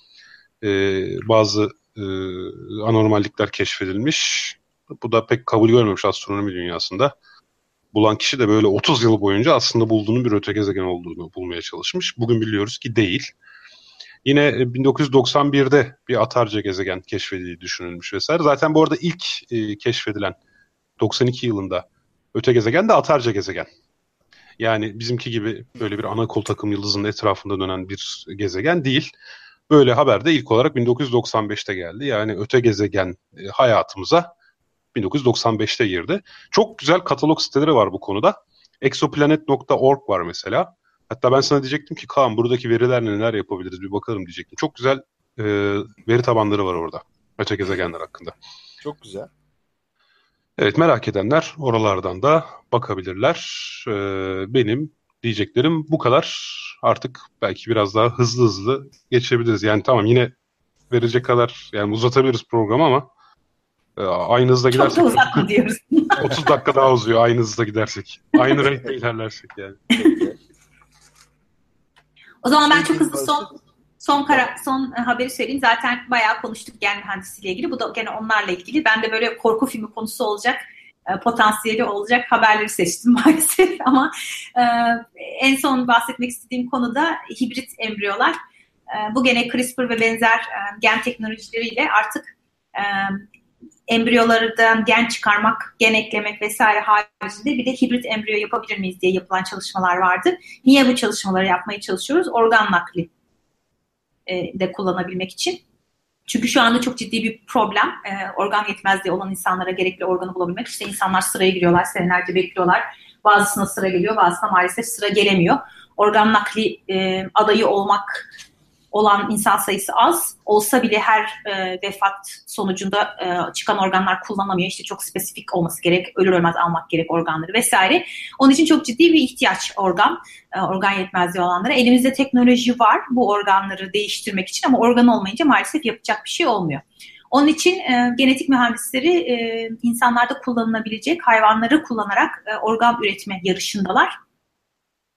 bazı anormallikler keşfedilmiş. Bu da pek kabul görmemiş astronomi dünyasında. Bulan kişi de böyle 30 yıl boyunca aslında bulduğunun bir öte gezegen olduğunu bulmaya çalışmış. Bugün biliyoruz ki değil. Yine 1991'de bir atarca gezegen keşfedildiği düşünülmüş vesaire. Zaten bu arada ilk keşfedilen 92 yılında öte gezegen de atarca gezegen. Yani bizimki gibi böyle bir ana kol takım yıldızının etrafında dönen bir gezegen değil. Böyle haber de ilk olarak 1995'te geldi. Yani öte gezegen hayatımıza 1995'te girdi. Çok güzel katalog siteleri var bu konuda. Exoplanet.org var mesela. Hatta ben sana diyecektim ki Kaan buradaki verilerle neler yapabiliriz bir bakalım diyecektim. Çok güzel veri tabanları var orada. Öte gezegenler hakkında. Çok güzel. Evet, merak edenler oralardan da bakabilirler. Benim diyeceklerim bu kadar. Artık belki biraz daha hızlı geçebiliriz. Yani tamam yine verecek kadar yani uzatabiliriz programı ama aynı hızda gidersek çok da uzatma diyoruz. 30 dakika daha uzuyor aynı hızda gidersek. Aynı renkte ilerlersek yani. O zaman ben çok hızlı son haberi söyleyeyim. Zaten bayağı konuştuk gen mühendisiyle ilgili. Bu da gene onlarla ilgili. Ben de böyle korku filmi konusu olacak, potansiyeli olacak haberleri seçtim maalesef. Ama en son bahsetmek istediğim konu da hibrit embriyolar. Bu gene CRISPR ve benzer gen teknolojileriyle artık embriyolardan gen çıkarmak, gen eklemek vesaire haricinde bir de hibrit embriyo yapabilir miyiz diye yapılan çalışmalar vardı. Niye bu çalışmaları yapmaya çalışıyoruz? Organ nakli de kullanabilmek için. Çünkü şu anda çok ciddi bir problem. Organ yetmezliği olan insanlara gerekli organı bulabilmek. İşte insanlar sıraya giriyorlar, senelerce bekliyorlar. Bazısına sıra geliyor, bazısına maalesef sıra gelemiyor. Organ nakli adayı olan insan sayısı az. Olsa bile her vefat sonucunda çıkan organlar kullanılamıyor. İşte çok spesifik olması gerek. Ölür ölmez almak gerek organları vesaire. Onun için çok ciddi bir ihtiyaç organ yetmezliği olanlara. Elimizde teknoloji var bu organları değiştirmek için ama organ olmayınca maalesef yapacak bir şey olmuyor. Onun için genetik mühendisleri insanlarda kullanılabilecek hayvanları kullanarak organ üretme yarışındalar.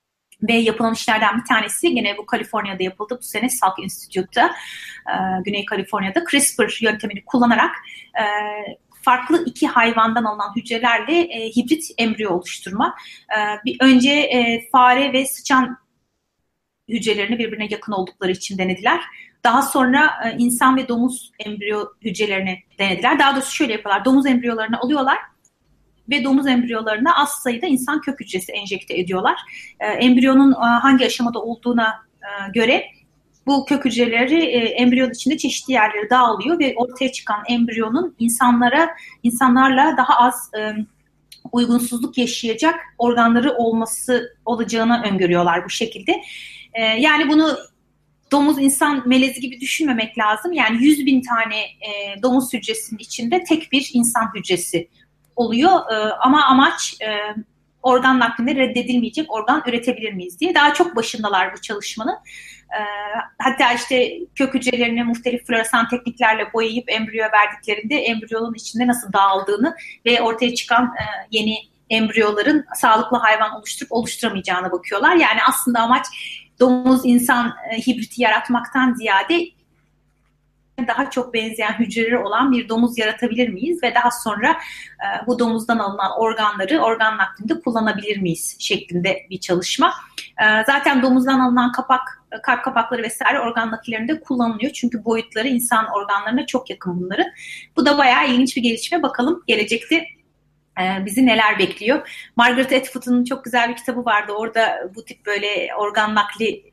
Ve yapılan işlerden bir tanesi gene bu Kaliforniya'da yapıldı bu sene Salk Institute'da, Güney Kaliforniya'da CRISPR yöntemini kullanarak farklı 2 hayvandan alınan hücrelerle hibrit embriyo oluşturma. Bir önce fare ve sıçan hücrelerini birbirine yakın oldukları için denediler. Daha sonra insan ve domuz embriyo hücrelerini denediler. Daha doğrusu şöyle yapıyorlar. Domuz embriyolarını alıyorlar ve domuz embriyolarına az sayıda insan kök hücresi enjekte ediyorlar. Embriyonun hangi aşamada olduğuna göre bu kök hücreleri embriyonun içinde çeşitli yerlere dağılıyor ve ortaya çıkan embriyonun insanlarla daha az uygunsuzluk yaşayacak organları olacağını öngörüyorlar bu şekilde. Yani bunu domuz insan melezi gibi düşünmemek lazım. Yani 100.000 tane domuz hücresinin içinde tek bir insan hücresi oluyor. Ama amaç organ naklinde reddedilmeyecek organ üretebilir miyiz diye. Daha çok başındalar bu çalışmanın. Hatta işte kök hücrelerini muhtelif floresan tekniklerle boyayıp embriyo verdiklerinde embriyonun içinde nasıl dağıldığını ve ortaya çıkan yeni embriyoların sağlıklı hayvan oluşturup oluşturamayacağına bakıyorlar. Yani aslında amaç domuz insan hibriti yaratmaktan ziyade daha çok benzeyen hücreleri olan bir domuz yaratabilir miyiz ve daha sonra bu domuzdan alınan organları organ naklinde kullanabilir miyiz şeklinde bir çalışma. Zaten domuzdan alınan kalp kapakları vesaire organ nakillerinde kullanılıyor. Çünkü boyutları insan organlarına çok yakın bunların. Bu da bayağı ilginç bir gelişme. Bakalım gelecekte bizi neler bekliyor. Margaret Atwood'un çok güzel bir kitabı vardı. Orada bu tip böyle organ nakli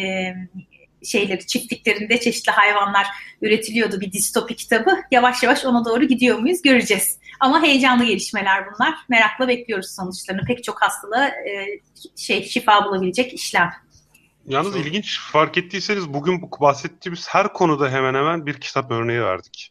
çiftliklerinde çeşitli hayvanlar üretiliyordu, bir distopi kitabı. Yavaş yavaş ona doğru gidiyor muyuz göreceğiz. Ama heyecanlı gelişmeler bunlar. Merakla bekliyoruz sonuçlarını. Pek çok hastalığa şifa bulabilecek işlem. Yalnız ilginç, fark ettiyseniz bugün bahsettiğimiz her konuda hemen hemen bir kitap örneği verdik.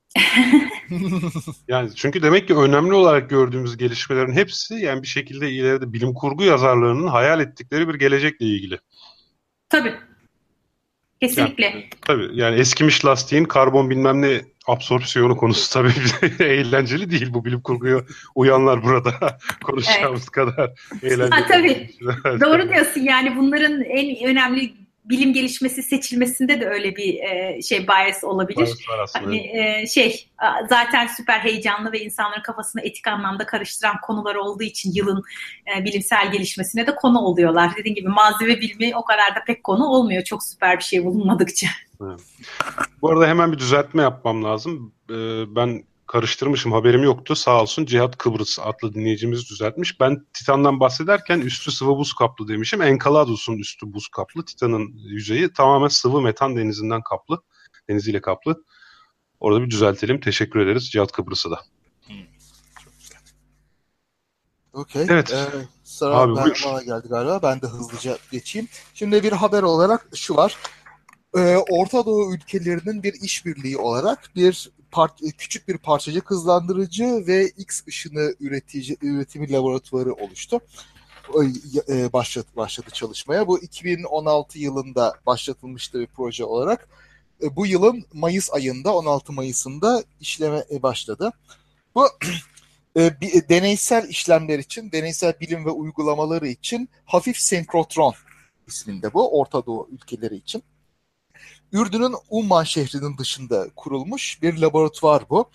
Yani çünkü demek ki önemli olarak gördüğümüz gelişmelerin hepsi yani bir şekilde ileride bilim kurgu yazarlarının hayal ettikleri bir gelecekle ilgili. Tabii. Kesinlikle. Yani, tabii yani eskimiş lastiğin karbon bilmem ne absorpsiyonu konusu tabii eğlenceli değil. Bu bilim kurguya uyanlar burada konuşacağımız kadar eğlenceli. Tabii. Doğru diyorsun, yani bunların en önemli bilim gelişmesi seçilmesinde de öyle bir bias olabilir. Hani zaten süper heyecanlı ve insanların kafasını etik anlamda karıştıran konular olduğu için yılın bilimsel gelişmesine de konu oluyorlar. Dediğim gibi malzeme bilimi o kadar da pek konu olmuyor. Çok süper bir şey bulunmadıkça. Evet. Bu arada hemen bir düzeltme yapmam lazım. Ben karıştırmışım, haberim yoktu. Sağ olsun Cihat Kıbrıs adlı dinleyicimiz düzeltmiş. Ben Titan'dan bahsederken üstü sıvı buz kaplı demişim. Enceladus'un üstü buz kaplı. Titan'ın yüzeyi tamamen sıvı metan denizinden kaplı. Deniziyle kaplı. Orada bir düzeltelim. Teşekkür ederiz Cihat Kıbrıs'a da. Çok güzel. Okey. Evet. Sıra bana geldi galiba. Ben de hızlıca geçeyim. Şimdi bir haber olarak şu var. Orta Doğu ülkelerinin bir işbirliği olarak küçük bir parçacık hızlandırıcı ve X ışını üretimi laboratuvarı oluştu. Başladı çalışmaya. Bu 2016 yılında başlatılmıştı bir proje olarak. Bu yılın Mayıs ayında, 16 Mayıs'ında işleme başladı. Bu deneysel işlemler için, deneysel bilim ve uygulamaları için hafif senkrotron isminde bu, Orta Doğu ülkeleri için. Ürdün'ün Umman şehrinin dışında kurulmuş bir laboratuvar bu.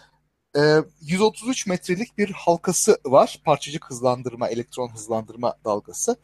133 metrelik bir halkası var. Parçacık hızlandırma, elektron hızlandırma halkası.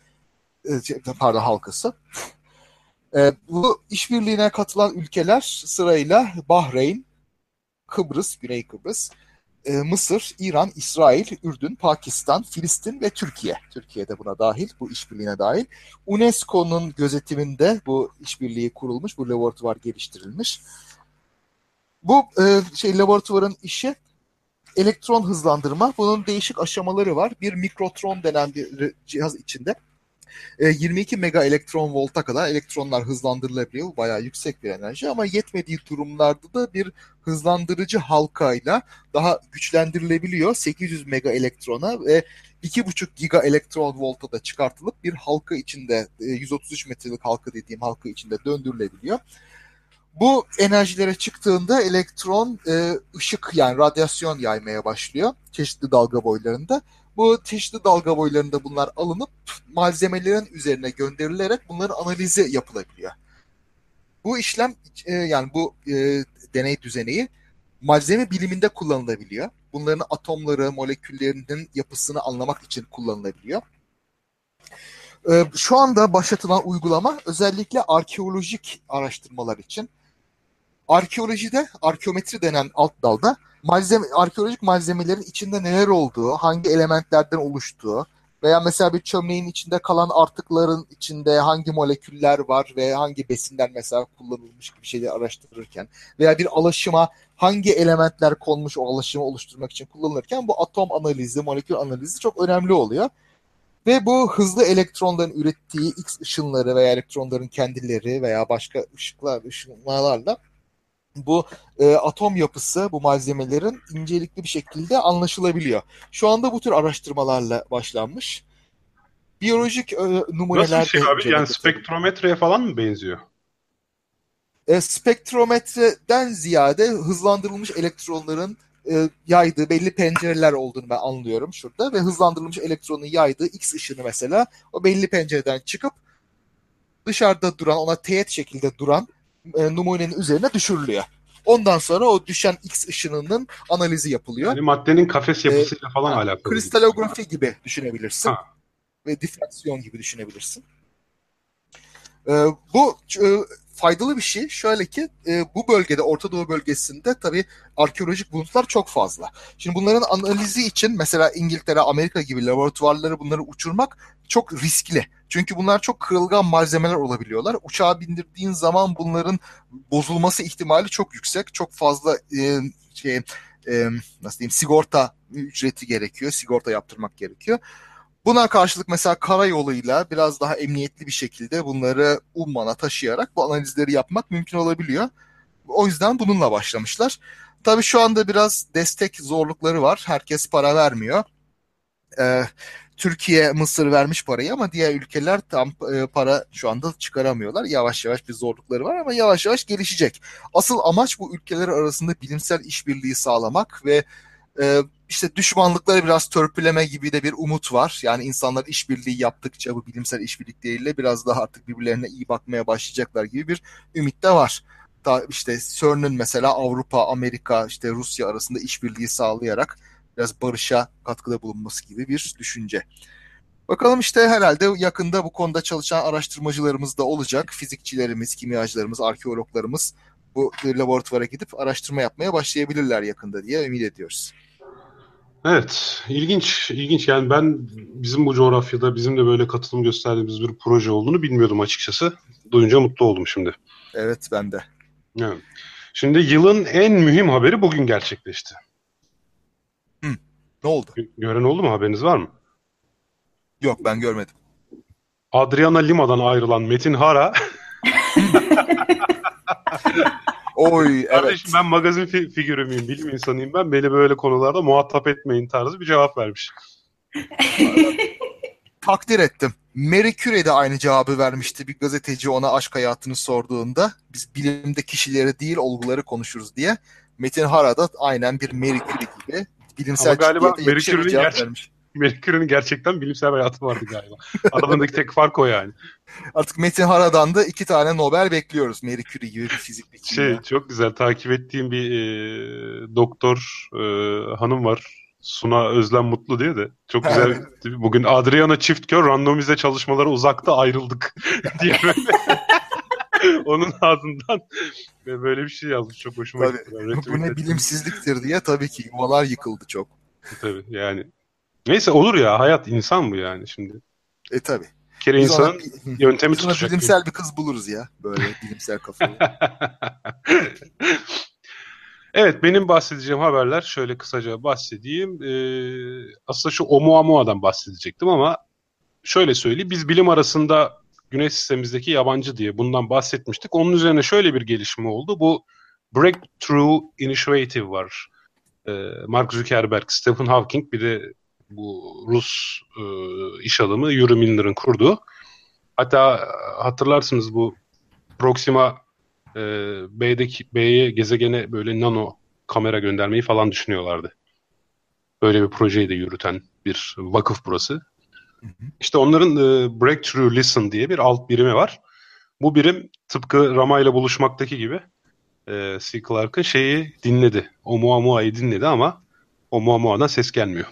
Bu işbirliğine katılan ülkeler sırayla Bahreyn, Kıbrıs, Güney Kıbrıs, Mısır, İran, İsrail, Ürdün, Pakistan, Filistin ve Türkiye. Türkiye de buna dahil, bu işbirliğine dahil. UNESCO'nun gözetiminde bu işbirliği kurulmuş, bu laboratuvar geliştirilmiş. Bu laboratuvarın işi elektron hızlandırma. Bunun değişik aşamaları var. Bir mikrotron denen bir cihaz içinde 22 mega elektron volta kadar elektronlar hızlandırılabiliyor. Bu bayağı yüksek bir enerji ama yetmediği durumlarda da bir hızlandırıcı halkayla daha güçlendirilebiliyor. 800 mega elektrona ve 2,5 giga elektron volta da çıkartılıp bir halka içinde 133 metrelik halka dediğim halka içinde döndürülebiliyor. Bu enerjilere çıktığında elektron ışık yani radyasyon yaymaya başlıyor çeşitli dalga boylarında. Bu çeşitli dalga boylarında bunlar alınıp malzemelerin üzerine gönderilerek bunların analizi yapılabiliyor. Bu işlem yani bu deney düzeneği malzeme biliminde kullanılabiliyor. Bunların atomları, moleküllerinin yapısını anlamak için kullanılabiliyor. Şu anda başlatılan uygulama özellikle arkeolojik araştırmalar için. Arkeolojide, arkeometri denen alt dalda arkeolojik malzemelerin içinde neler olduğu, hangi elementlerden oluştuğu veya mesela bir çömleğin içinde kalan artıkların içinde hangi moleküller var ve hangi besinler mesela kullanılmış gibi şeyleri araştırırken veya bir alaşıma hangi elementler konmuş o alaşımı oluşturmak için kullanılırken bu atom analizi, molekül analizi çok önemli oluyor. Ve bu hızlı elektronların ürettiği X ışınları veya elektronların kendileri veya başka ışınlarla bu atom yapısı, bu malzemelerin incelikli bir şekilde anlaşılabiliyor. Şu anda bu tür araştırmalarla başlanmış. Biyolojik Nasıl bir numuneler şey de abi? Yani incelenir tabii. spektrometreye falan mı benziyor? Spektrometreden ziyade hızlandırılmış elektronların yaydığı belli pencereler olduğunu ben anlıyorum şurada ve hızlandırılmış elektronun yaydığı X ışını mesela o belli pencereden çıkıp dışarıda duran, ona teğet şekilde duran numunenin üzerine düşürülüyor. Ondan sonra o düşen X ışınının analizi yapılıyor. Yani maddenin kafes yapısıyla falan alakalı gibi. Kristalografi gibi düşünebilirsin Ha. ve difraksiyon gibi düşünebilirsin. Bu faydalı bir şey. Şöyle ki bu bölgede, Orta Doğu bölgesinde tabii arkeolojik buluntular çok fazla. Şimdi bunların analizi için mesela İngiltere, Amerika gibi laboratuvarları bunları uçurmak çok riskli. Çünkü bunlar çok kırılgan malzemeler olabiliyorlar. Uçağa bindirdiğin zaman bunların bozulması ihtimali çok yüksek. Çok fazla nasıl diyeyim, sigorta ücreti gerekiyor. Sigorta yaptırmak gerekiyor. Buna karşılık mesela karayoluyla biraz daha emniyetli bir şekilde bunları Umman'a taşıyarak bu analizleri yapmak mümkün olabiliyor. O yüzden bununla başlamışlar. Tabii şu anda biraz destek zorlukları var. Herkes para vermiyor. Türkiye, Mısır vermiş parayı ama diğer ülkeler tam para şu anda çıkaramıyorlar. Yavaş yavaş bir zorlukları var ama yavaş yavaş gelişecek. Asıl amaç bu ülkeler arasında bilimsel işbirliği sağlamak ve işte düşmanlıkları biraz törpüleme gibi de bir umut var. Yani insanlar işbirliği yaptıkça bu bilimsel işbirlikleriyle biraz daha artık birbirlerine iyi bakmaya başlayacaklar gibi bir ümit de var. İşte CERN'ün mesela Avrupa, Amerika, işte Rusya arasında işbirliği sağlayarak biraz barışa katkıda bulunması gibi bir düşünce. Bakalım işte herhalde yakında bu konuda çalışan araştırmacılarımız da olacak. Fizikçilerimiz, kimyacılarımız, arkeologlarımız bu laboratuvara gidip araştırma yapmaya başlayabilirler yakında diye ümit ediyoruz. Evet, ilginç. Yani ben bizim bu coğrafyada bizim de böyle katılım gösterdiğimiz bir proje olduğunu bilmiyordum açıkçası. Duyunca mutlu oldum şimdi. Evet, ben de. Evet. Şimdi yılın en mühim haberi bugün gerçekleşti. Ne oldu? Gören oldu mu? Haberiniz var mı? Yok, ben görmedim. Adriana Lima'dan ayrılan Metin Hara. Oy, Kardeşim evet. ben magazin figürü müyüm, bilim insanıyım ben. Beni böyle konularda muhatap etmeyin tarzı bir cevap vermiş. Takdir ettim. Marie Curie de aynı cevabı vermişti bir gazeteci ona aşk hayatını sorduğunda. Biz bilimde kişileri değil olguları konuşuruz diye. Metin Hara da aynen bir Marie Curie gibi Ama bilimsel galiba ciddiyete yakışır bir cevap vermiş. Marie Curie'nin gerçekten bilimsel bir hayatı vardı galiba. Aralarındaki tek fark o yani. Artık Metin Hara'dan da 2 tane Nobel bekliyoruz. Marie Curie gibi bir fizik, bir kimya. Çok güzel takip ettiğim bir doktor hanım var. Suna Özlem Mutlu diye de. Çok güzel. Bugün Adriana Çiftkör randomize çalışmaları uzakta ayrıldık diye böyle onun ağzından böyle bir şey yazmış. Çok hoşuma Tabii. gitti. Bu ne bilimsizliktir diye tabii ki yuvalar yıkıldı çok. Tabii yani. Neyse olur ya, hayat insan bu yani şimdi. Tabii. Bir kere Biz ona, insanın yöntemi biz ona tutacak. bilimsel bir kız buluruz ya. Böyle bilimsel kafalı. Evet, benim bahsedeceğim haberler şöyle kısaca bahsedeyim. Aslında şu Oumuamουa'dan bahsedecektim ama şöyle söyleyeyim. Biz bilim arasında Güneş sistemimizdeki yabancı diye bundan bahsetmiştik. Onun üzerine şöyle bir gelişme oldu. Bu Breakthrough Initiative var. Mark Zuckerberg, Stephen Hawking bir de bu Rus iş adamı Yuri Milner'ın kurduğu. Hatta hatırlarsınız bu Proxima B'ye gezegene böyle nano kamera göndermeyi falan düşünüyorlardı. Böyle bir projeyi de yürüten bir vakıf burası. Hı hı. İşte onların Breakthrough Listen diye bir alt birimi var. Bu birim tıpkı Rama ile buluşmaktaki gibi C. Clarke'ın şeyi dinledi. Oumuamoua'yı dinledi ama Oumuamoua'dan ses gelmiyor.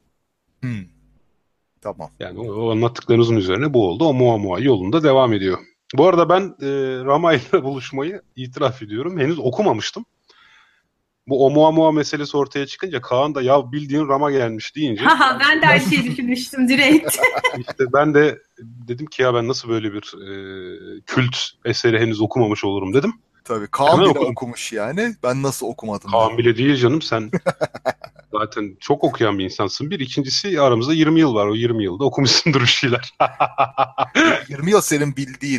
Tamam. Yani o anlattıklarınızın üzerine bu oldu. Oumuamua yolunda devam ediyor. Bu arada ben Rama ile buluşmayı itiraf ediyorum. Henüz okumamıştım. Bu Oumuamua meselesi ortaya çıkınca Kaan da ya bildiğin Rama gelmiş deyince Ben de aynı şeyi düşünmüştüm direkt. işte ben de dedim ki ya ben nasıl böyle bir kült eseri henüz okumamış olurum dedim. Tabii Kaan Hemen bile okudum. okumuş yani. Ben nasıl okumadım Kaan ben. bile değil canım, sen zaten çok okuyan bir insansın. Bir ikincisi aramızda 20 yıl var. O 20 yılda okumuşsundur bir şeyler. 20 yıl senin bildiğin.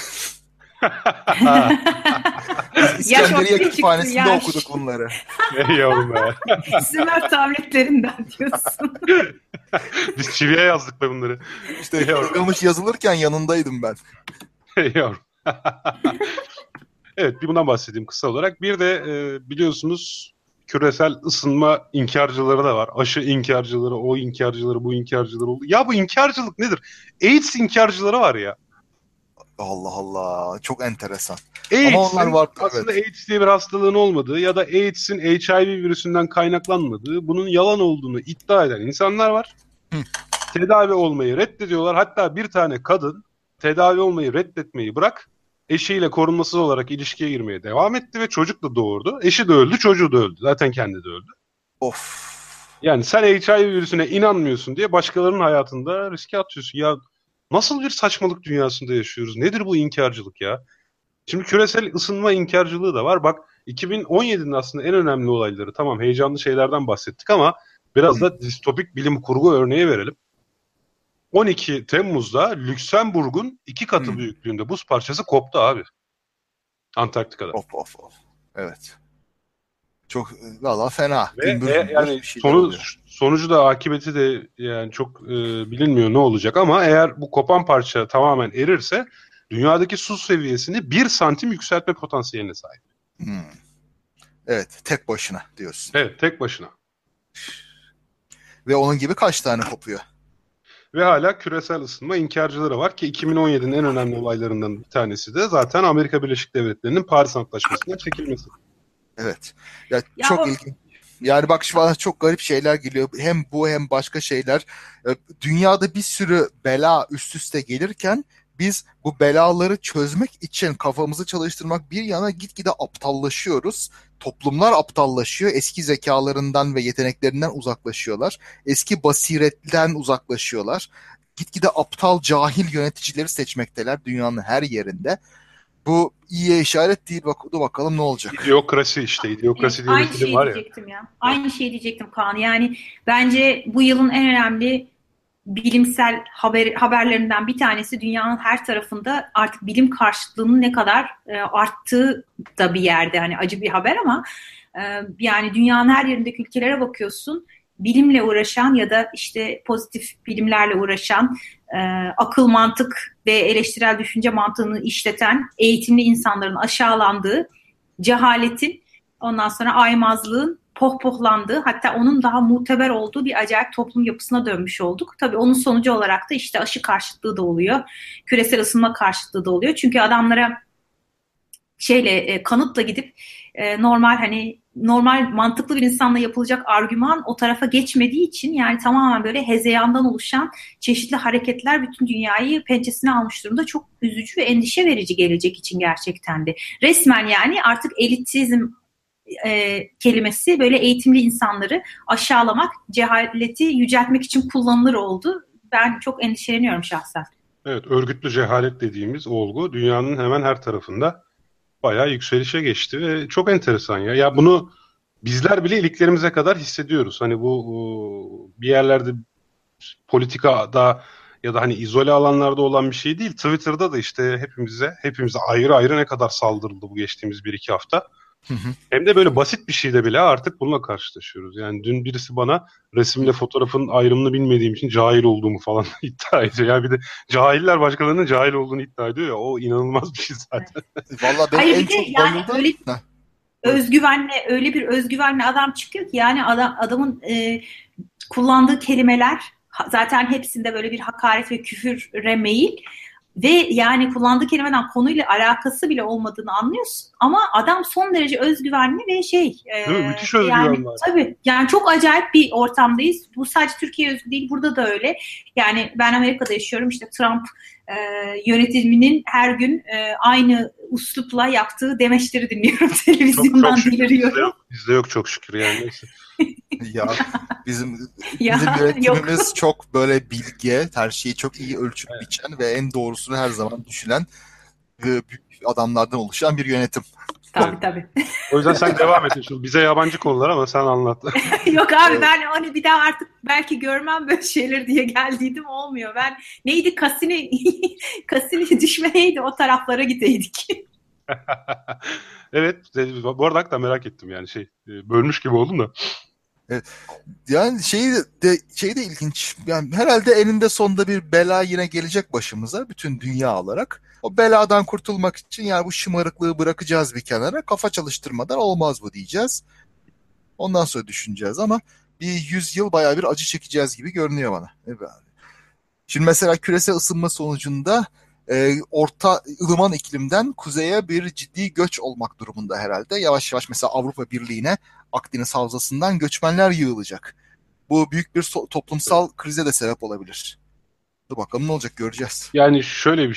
Biz Yaş İskenderiye ortaya çıktı, Kütüphanesi'nde yaş. okuduk bunları. Ey yavrum be. Sümer tabletlerinden diyorsun. Biz çiviye yazdık be bunları. İşte Gılgamış yazılırken yanındaydım ben. Ey yavrum. Evet, bir bundan bahsedeyim kısa olarak. Bir de biliyorsunuz küresel ısınma inkarcıları da var. Aşı inkarcıları, o inkarcıları, bu inkarcıları oldu. Ya bu inkarcılık nedir? AIDS inkarcıları var ya. Allah Allah. Çok enteresan. Ama onlar AIDS'in var. aslında Evet. AIDS diye bir hastalığın olmadığı ya da AIDS'in HIV virüsünden kaynaklanmadığı, bunun yalan olduğunu iddia eden insanlar var. Hı. Tedavi olmayı reddediyorlar. Hatta bir tane kadın tedavi olmayı reddetmeyi bırak, eşiyle korunmasız olarak ilişkiye girmeye devam etti ve çocuk da doğurdu. Eşi de öldü, çocuğu da öldü. Zaten kendi de öldü. Of. Yani sen HIV virüsüne inanmıyorsun diye başkalarının hayatında riske atıyorsun. Ya nasıl bir saçmalık dünyasında yaşıyoruz? Nedir bu inkarcılık ya? Şimdi küresel ısınma inkarcılığı da var. Bak 2017'nin aslında en önemli olayları, tamam heyecanlı şeylerden bahsettik ama biraz da distopik bilim kurgu örneği verelim. 12 Temmuz'da Lüksemburg'un 2 katı büyüklüğünde buz parçası koptu abi. Antarktika'da. Of. Evet. Çok valla fena. Ve Gümbür yani bir şeyler oluyor. sonucu da akıbeti de yani çok bilinmiyor ne olacak ama eğer bu kopan parça tamamen erirse dünyadaki su seviyesini 1 santim yükseltme potansiyeline sahip. Evet. Tek başına diyorsun. Evet, tek başına. Ve onun gibi kaç tane kopuyor? Ve hala küresel ısınma inkarcıları var ki 2017'nin en önemli olaylarından bir tanesi de zaten Amerika Birleşik Devletleri'nin Paris Antlaşması'ndan çekilmesi. Evet. Ya Ya çok o- ilginç. Yani bak şu an çok garip şeyler geliyor. Hem bu hem başka şeyler. Dünyada bir sürü bela üst üste gelirken biz bu belaları çözmek için kafamızı çalıştırmak bir yana gitgide aptallaşıyoruz. Toplumlar aptallaşıyor. Eski zekalarından ve yeteneklerinden uzaklaşıyorlar. Eski basiretten uzaklaşıyorlar. Gitgide aptal, cahil yöneticileri seçmekteler dünyanın her yerinde. Bu iyiye işaret değil. Dur bakalım ne olacak. İdeokrasi işte. İdeokrasi diye bir Aynı film şeyi var ya. diyecektim ya. Aynı şeyi diyecektim Kaan. Yani bence bu yılın en önemli bilimsel haberlerinden bir tanesi dünyanın her tarafında artık bilim karşıtlığının ne kadar arttığı da bir yerde. Hani acı bir haber ama yani dünyanın her yerindeki ülkelere bakıyorsun. Bilimle uğraşan ya da işte pozitif bilimlerle uğraşan, akıl, mantık ve eleştirel düşünce mantığını işleten eğitimli insanların aşağılandığı, cehaletin, ondan sonra aymazlığın pohpohlandığı, hatta onun daha muteber olduğu bir acayip toplum yapısına dönmüş olduk. Tabii onun sonucu olarak da işte aşı karşıtlığı da oluyor, küresel ısınma karşıtlığı da oluyor. Çünkü adamlara kanıtla gidip normal mantıklı bir insanla yapılacak argüman o tarafa geçmediği için yani tamamen böyle hezeyandan oluşan çeşitli hareketler bütün dünyayı pençesine almış durumda. Çok üzücü ve endişe verici gelecek için gerçekten de. Resmen yani artık elitizm kelimesi böyle eğitimli insanları aşağılamak, cehaleti yüceltmek için kullanılır oldu. Ben çok endişeleniyorum şahsen. Evet, örgütlü cehalet dediğimiz olgu dünyanın hemen her tarafında bayağı yükselişe geçti ve çok enteresan ya. Ya bunu bizler bile iliklerimize kadar hissediyoruz. Hani bu bir yerlerde politikada ya da hani izole alanlarda olan bir şey değil. Twitter'da da işte hepimize ayrı ayrı ne kadar saldırıldı bu geçtiğimiz 1-2 hafta. Hem de böyle basit bir şeyde bile artık bununla karşılaşıyoruz. Yani dün birisi bana resimle fotoğrafın ayrımını bilmediğim için cahil olduğumu falan iddia ediyor. Yani bir de cahiller başkalarının cahil olduğunu iddia ediyor ya, o inanılmaz bir şey zaten. Valla ben Hayır, en bir de çok yani bayıldığım... özgüvenle, öyle bir özgüvenle adam çıkıyor ki yani adamın kullandığı kelimeler zaten hepsinde böyle bir hakaret ve küfüre meyil. Ve yani kullandığı kelimeden konuyla alakası bile olmadığını anlıyorsun. Ama adam son derece özgüvenli ve Değil mi? Müthiş özgüven yani var. tabii yani çok acayip bir ortamdayız. Bu sadece Türkiye özgü değil, burada da öyle. Yani ben Amerika'da yaşıyorum, işte Trump yönetiminin her gün aynı üslupla yaptığı demeçleri dinliyorum. Televizyondan deliriyorum. Bizde yok çok şükür yani. Neyse. Ya bizim Ya, yönetimimiz yok. çok böyle bilge, her şeyi çok iyi ölçüp biçen ve en doğrusunu her zaman düşünen büyük adamlardan oluşan bir yönetim. Tabii. O yüzden sen devam et. Şimdi bize yabancı konular ama sen anlat. Yok abi, ben onu bir daha artık belki görmem böyle şeyler diye geldiydim, olmuyor. Ben neydi, Cassini düşme neydi, o taraflara gideydik. Evet. Bu arada da merak ettim yani bölmüş gibi oldum da. Evet. Yani şey de ilginç. Yani herhalde eninde sonunda bir bela yine gelecek başımıza, bütün dünya olarak. O beladan kurtulmak için yani bu şımarıklığı bırakacağız bir kenara. Kafa çalıştırmadan olmaz bu diyeceğiz. Ondan sonra düşüneceğiz ama bir 100 yıl bayağı bir acı çekeceğiz gibi görünüyor bana. Evet. Şimdi mesela küresel ısınma sonucunda orta ılıman iklimden kuzeye bir ciddi göç olmak durumunda herhalde. Yavaş yavaş mesela Avrupa Birliği'ne Akdeniz Havzası'ndan göçmenler yığılacak. Bu büyük bir toplumsal krize de sebep olabilir. Dur bakalım ne olacak, göreceğiz. Yani şöyle bir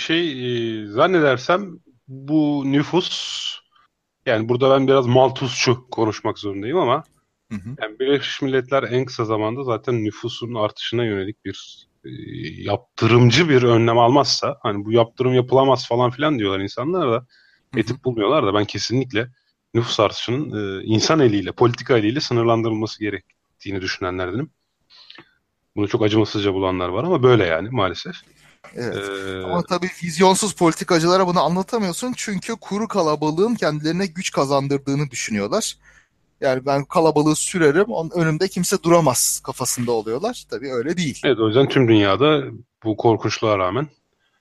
zannedersem bu nüfus, yani burada ben biraz Malthusçu konuşmak zorundayım ama Hı hı. yani Birleşmiş Milletler en kısa zamanda zaten nüfusun artışına yönelik bir yaptırımcı bir önlem almazsa, hani bu yaptırım yapılamaz falan filan diyorlar insanlar da, etik bulmuyorlar da, ben kesinlikle nüfus artışının insan eliyle, politika eliyle sınırlandırılması gerektiğini düşünenlerdenim. Bunu çok acımasızca bulanlar var ama böyle yani maalesef. Evet. Ama tabii vizyonsuz politikacılara bunu anlatamıyorsun çünkü kuru kalabalığın kendilerine güç kazandırdığını düşünüyorlar. Yani ben kalabalığı sürerim, onun önümde kimse duramaz kafasında oluyorlar. Tabii öyle değil. Evet, o yüzden tüm dünyada bu korkunçluğa rağmen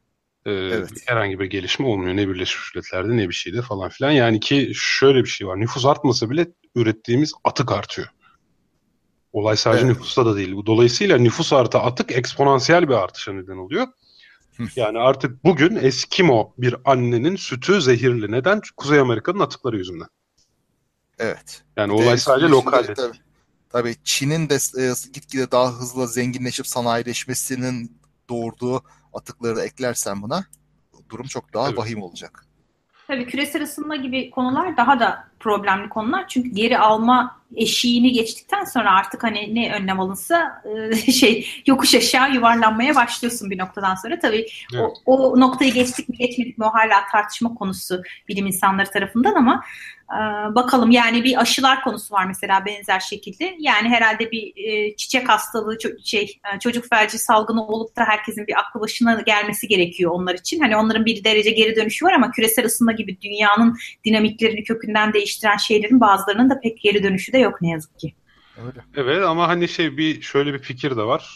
Evet. herhangi bir gelişme olmuyor. Ne Birleşmiş Milletler'de ne bir şeyde falan filan. Yani ki şöyle bir şey var. Nüfus artmasa bile ürettiğimiz atık artıyor. Olay sadece Evet. nüfusta da değil. Dolayısıyla nüfus artı atık eksponansiyel bir artışa neden oluyor. Yani artık bugün Eskimo bir annenin sütü zehirli. Neden? Kuzey Amerika'nın atıkları yüzünden. Evet. Yani Bir de olay sadece üstüne lokal şimdi değil. tabii Çin'in de gitgide daha hızlı zenginleşip sanayileşmesinin doğurduğu atıkları da eklersen buna, durum çok daha Tabii. vahim olacak. Tabii küresel ısınma gibi konular daha da problemli konular. Çünkü geri alma eşiğini geçtikten sonra artık hani ne önlem alınsa yokuş aşağı yuvarlanmaya başlıyorsun bir noktadan sonra. Tabii Evet. o noktayı geçtik mi geçmedik mi o hala tartışma konusu bilim insanları tarafından ama bakalım, yani bir aşılar konusu var mesela benzer şekilde. Yani herhalde bir çiçek hastalığı, çocuk felci salgını olup da herkesin bir aklı başına gelmesi gerekiyor onlar için. Hani onların bir derece geri dönüşü var ama küresel ısınma gibi dünyanın dinamiklerini kökünden değiştiren şeylerin bazılarının da pek geri dönüşü de yok ne yazık ki. Öyle. Evet ama hani şöyle bir fikir de var.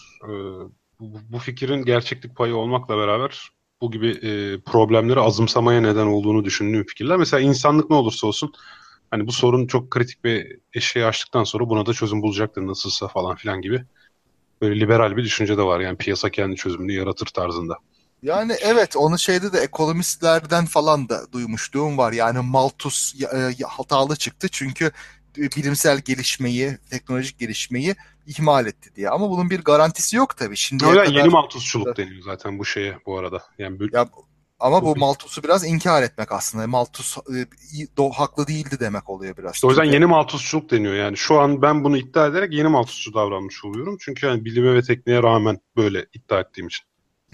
Bu fikrin gerçeklik payı olmakla beraber bu gibi problemleri azımsamaya neden olduğunu düşündüğüm fikirler. Mesela insanlık ne olursa olsun hani bu sorun çok kritik bir eşiği aştıktan sonra buna da çözüm bulacaktır nasılsa falan filan gibi böyle liberal bir düşünce de var. Yani piyasa kendi çözümünü yaratır tarzında. Yani evet, onu şeyde de ekonomistlerden falan da duymuşluğum var. Yani Malthus hatalı çıktı çünkü bilimsel gelişmeyi, teknolojik gelişmeyi ihmal etti diye. Ama bunun bir garantisi yok tabii. O Şimdiye yüzden yeni kadar Malthusçuluk deniyor zaten bu şeye bu arada. Yani ya, ama bu bu Malthus'u biraz inkar etmek aslında. Malthus haklı değildi demek oluyor biraz. İşte o yüzden Çünkü yeni Malthusçuluk deniyor. Yani şu an ben bunu iddia ederek yeni Malthusçu davranmış oluyorum. Çünkü yani bilime ve tekniğe rağmen böyle iddia ettiğim için.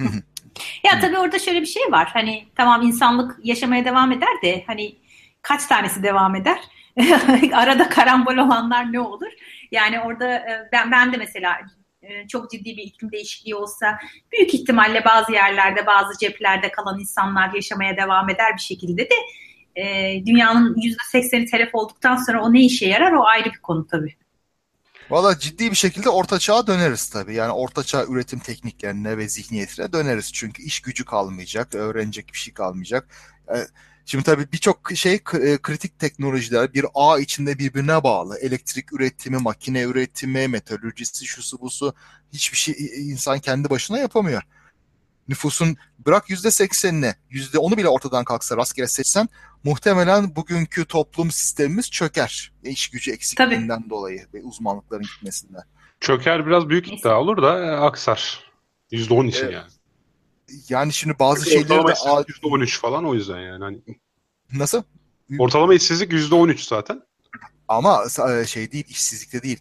Ya tabii orada şöyle bir şey var. Hani tamam, insanlık yaşamaya devam eder de hani kaç tanesi devam eder? Arada karambol olanlar ne olur? Yani orada ben de mesela çok ciddi bir iklim değişikliği olsa büyük ihtimalle bazı yerlerde, bazı ceplerde kalan insanlar yaşamaya devam eder bir şekilde de dünyanın %80'i telef olduktan sonra o ne işe yarar, o ayrı bir konu tabii. valla ciddi bir şekilde orta çağa döneriz tabii. Yani orta çağ üretim tekniklerine ve zihniyetine döneriz. Çünkü iş gücü kalmayacak, öğrenecek bir şey kalmayacak. Şimdi tabii birçok şey kritik teknolojiler bir ağ içinde birbirine bağlı. Elektrik üretimi, makine üretimi, metalürjisi, şusu busu hiçbir şey insan kendi başına yapamıyor. Nüfusun bırak %80'ini, %10'u bile ortadan kalksa rastgele seçsen muhtemelen bugünkü toplum sistemimiz çöker. İş gücü eksikliğinden Tabii. dolayı ve uzmanlıkların gitmesinden. Çöker biraz büyük Neyse. iddia olur da aksar. %10 için E, yani. Yani şimdi bazı Çünkü şeyleri ortalama de işsizlik %13 falan o yüzden yani. Hani nasıl? ortalama işsizlik %13 zaten. Ama şey değil, işsizlikte değil.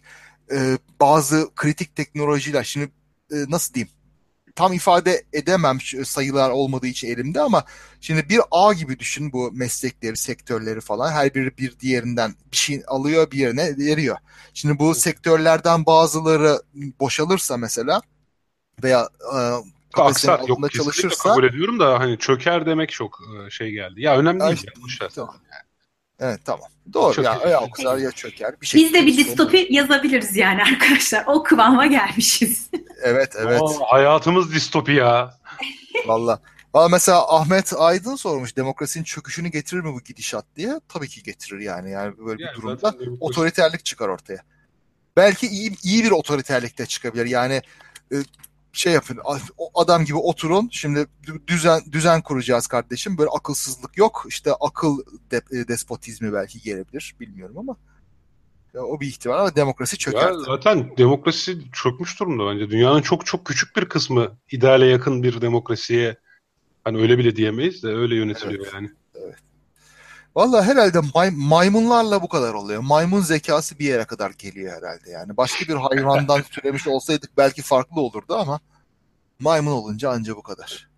Bazı kritik teknolojiler, şimdi nasıl diyeyim? Tam ifade edemem sayılar olmadığı için elimde ama şimdi bir ağ gibi düşün bu meslekleri, sektörleri falan. Her biri bir diğerinden bir şey alıyor, bir yerine veriyor. Şimdi bu sektörlerden bazıları boşalırsa mesela veya kapasitenin Aksar. Yok altında kesinlikle çalışırsa kabul ediyorum da hani çöker demek çok şey geldi. Ya önemli değil işte, ya. Boş ver. tamam. Evet, tamam. Doğru ya, Çöker. ya aksar ya çöker. Bir Biz de şekilde bir bir sorun olur. distopi yazabiliriz yani arkadaşlar. O kıvama gelmişiz. Evet, evet. Hayatımız distopi ya. Valla. Mesela Ahmet Aydın sormuş, demokrasinin çöküşünü getirir mi bu gidişat diye. Tabii ki getirir yani. Yani böyle bir Yani durumda zaten demokrasi. otoriterlik çıkar ortaya. Belki iyi bir otoriterlik de çıkabilir. Yani e, şey yapın, o adam gibi oturun. Şimdi düzen kuracağız kardeşim. Böyle akılsızlık yok. İşte akıl despotizmi belki gelebilir. Bilmiyorum ama o bir ihtimal, ama demokrasi çöker Ya tabii. zaten demokrasi çökmüş durumda bence. Dünyanın çok çok küçük bir kısmı ideale yakın bir demokrasiye hani öyle bile diyemeyiz de öyle Evet. yönetiliyor yani. Evet. Valla herhalde maymunlarla bu kadar oluyor. Maymun zekası bir yere kadar geliyor herhalde yani. Başka bir hayvandan türemiş olsaydık belki farklı olurdu ama maymun olunca anca bu kadar.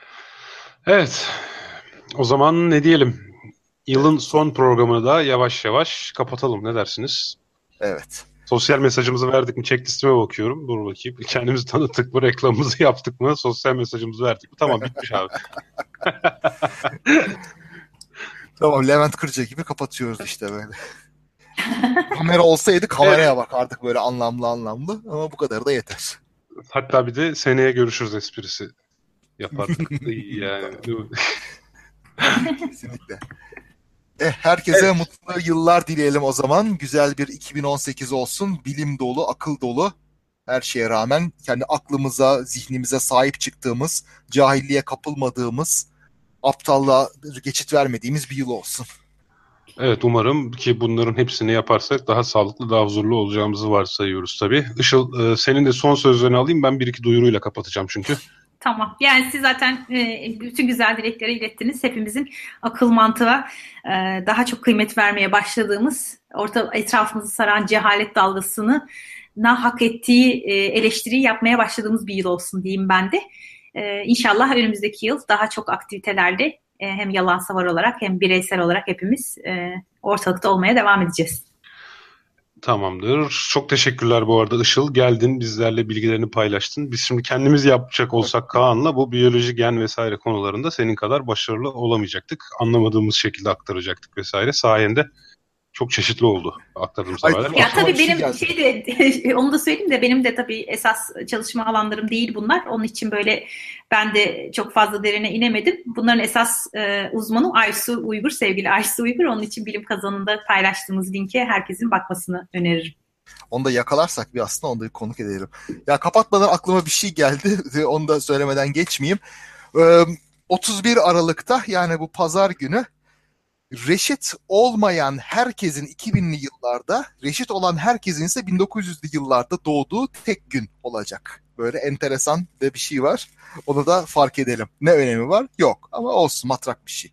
Evet. O zaman ne diyelim? Yılın Evet. son programını da yavaş yavaş kapatalım. Ne dersiniz? Evet. Sosyal mesajımızı verdik mi? Checklistime bakıyorum. Dur bakayım. Kendimizi tanıttık mı? Reklamımızı yaptık mı? Sosyal mesajımızı verdik mi? Tamam bitmiş abi. Tamam, Levent Kırca gibi kapatıyoruz işte böyle. Kamera olsaydı Evet. kameraya bakardık böyle anlamlı anlamlı, ama bu kadar da yeter. Hatta bir de seneye görüşürüz esprisi yapardık. İyi yani. Kesinlikle. Herkese Evet. mutlu yıllar dileyelim o zaman. Güzel bir 2018 olsun. Bilim dolu, akıl dolu. Her şeye rağmen kendi aklımıza, zihnimize sahip çıktığımız, cahilliğe kapılmadığımız, aptallığa geçit vermediğimiz bir yıl olsun. Evet umarım ki bunların hepsini yaparsak daha sağlıklı, daha huzurlu olacağımızı varsayıyoruz tabii. Işıl, senin de son sözlerini alayım. Ben bir iki duyuruyla kapatacağım çünkü. Tamam. Yani siz zaten bütün güzel dilekleri ilettiniz. Hepimizin akıl mantığa daha çok kıymet vermeye başladığımız, etrafımızı saran cehalet dalgasını hak ettiği eleştiriyi yapmaya başladığımız bir yıl olsun diyeyim ben de. İnşallah önümüzdeki yıl daha çok aktivitelerde hem yalan savar olarak hem bireysel olarak hepimiz ortalıkta olmaya devam edeceğiz. Tamamdır. Çok teşekkürler bu arada Işıl. Geldin bizlerle bilgilerini paylaştın. Biz şimdi kendimiz yapacak olsak Kaan'la bu biyoloji, gen vesaire konularında senin kadar başarılı olamayacaktık. Anlamadığımız şekilde aktaracaktık vesaire. Sayende çok çeşitli oldu aktardığımız Ay, haberler. Ya aklıma bir tabii şey benim geldi. onu da söyleyeyim de benim de tabii esas çalışma alanlarım değil bunlar. Onun için böyle ben de çok fazla derine inemedim. Bunların esas uzmanı Aysu Uygur, sevgili Aysu Uygur. Onun için bilim kazanında paylaştığımız linke herkesin bakmasını öneririm. Onu da yakalarsak bir aslında onu da bir konuk edelim. Ya kapatmadan aklıma bir şey geldi. Onu da söylemeden geçmeyeyim. 31 Aralık'ta, yani bu pazar günü, reşit olmayan herkesin 2000'li yıllarda, reşit olan herkesin ise 1900'lü yıllarda doğduğu tek gün olacak. Böyle enteresan de bir şey var. Onu da fark edelim. Ne önemi var? Yok. Ama olsun, matrak bir şey.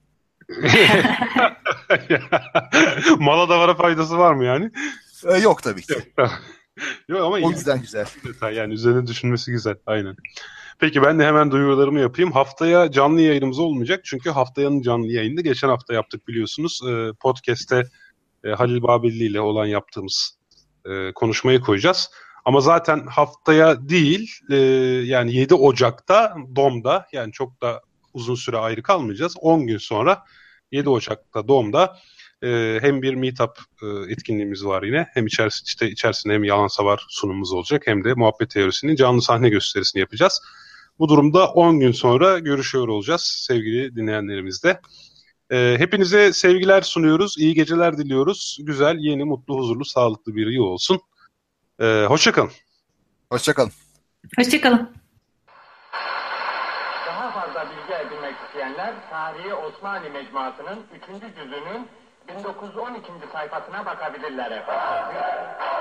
Mala da vara faydası var mı yani? Yok tabii ki. Yok ama O iyi yüzden güzel. bir detay yani üzerine düşünmesi güzel. Aynen. Peki ben de hemen duyurularımı yapayım. Haftaya canlı yayınımız olmayacak. Çünkü haftanın canlı yayını geçen hafta yaptık biliyorsunuz. Podcast'te Halil Babilli ile olan yaptığımız konuşmayı koyacağız. Ama zaten haftaya değil yani 7 Ocak'ta DOM'da, yani çok da uzun süre ayrı kalmayacağız. 10 gün sonra 7 Ocak'ta DOM'da hem bir meetup etkinliğimiz var yine. Hem içerisinde hem yalan savar sunumumuz olacak, hem de muhabbet teorisinin canlı sahne gösterisini yapacağız. Bu durumda 10 gün sonra görüşüyor olacağız sevgili dinleyenlerimizle. Hepinize sevgiler sunuyoruz. İyi geceler diliyoruz. Güzel, yeni, mutlu, huzurlu, sağlıklı bir yıl olsun. Hoşça kalın. Hoşça kalın. Hoşçakalın. Daha fazla bilgi edinmek isteyenler Tarihi Osmanlı Mecmuası'nın 3. cüzünün 1912. sayfasına bakabilirler efendim.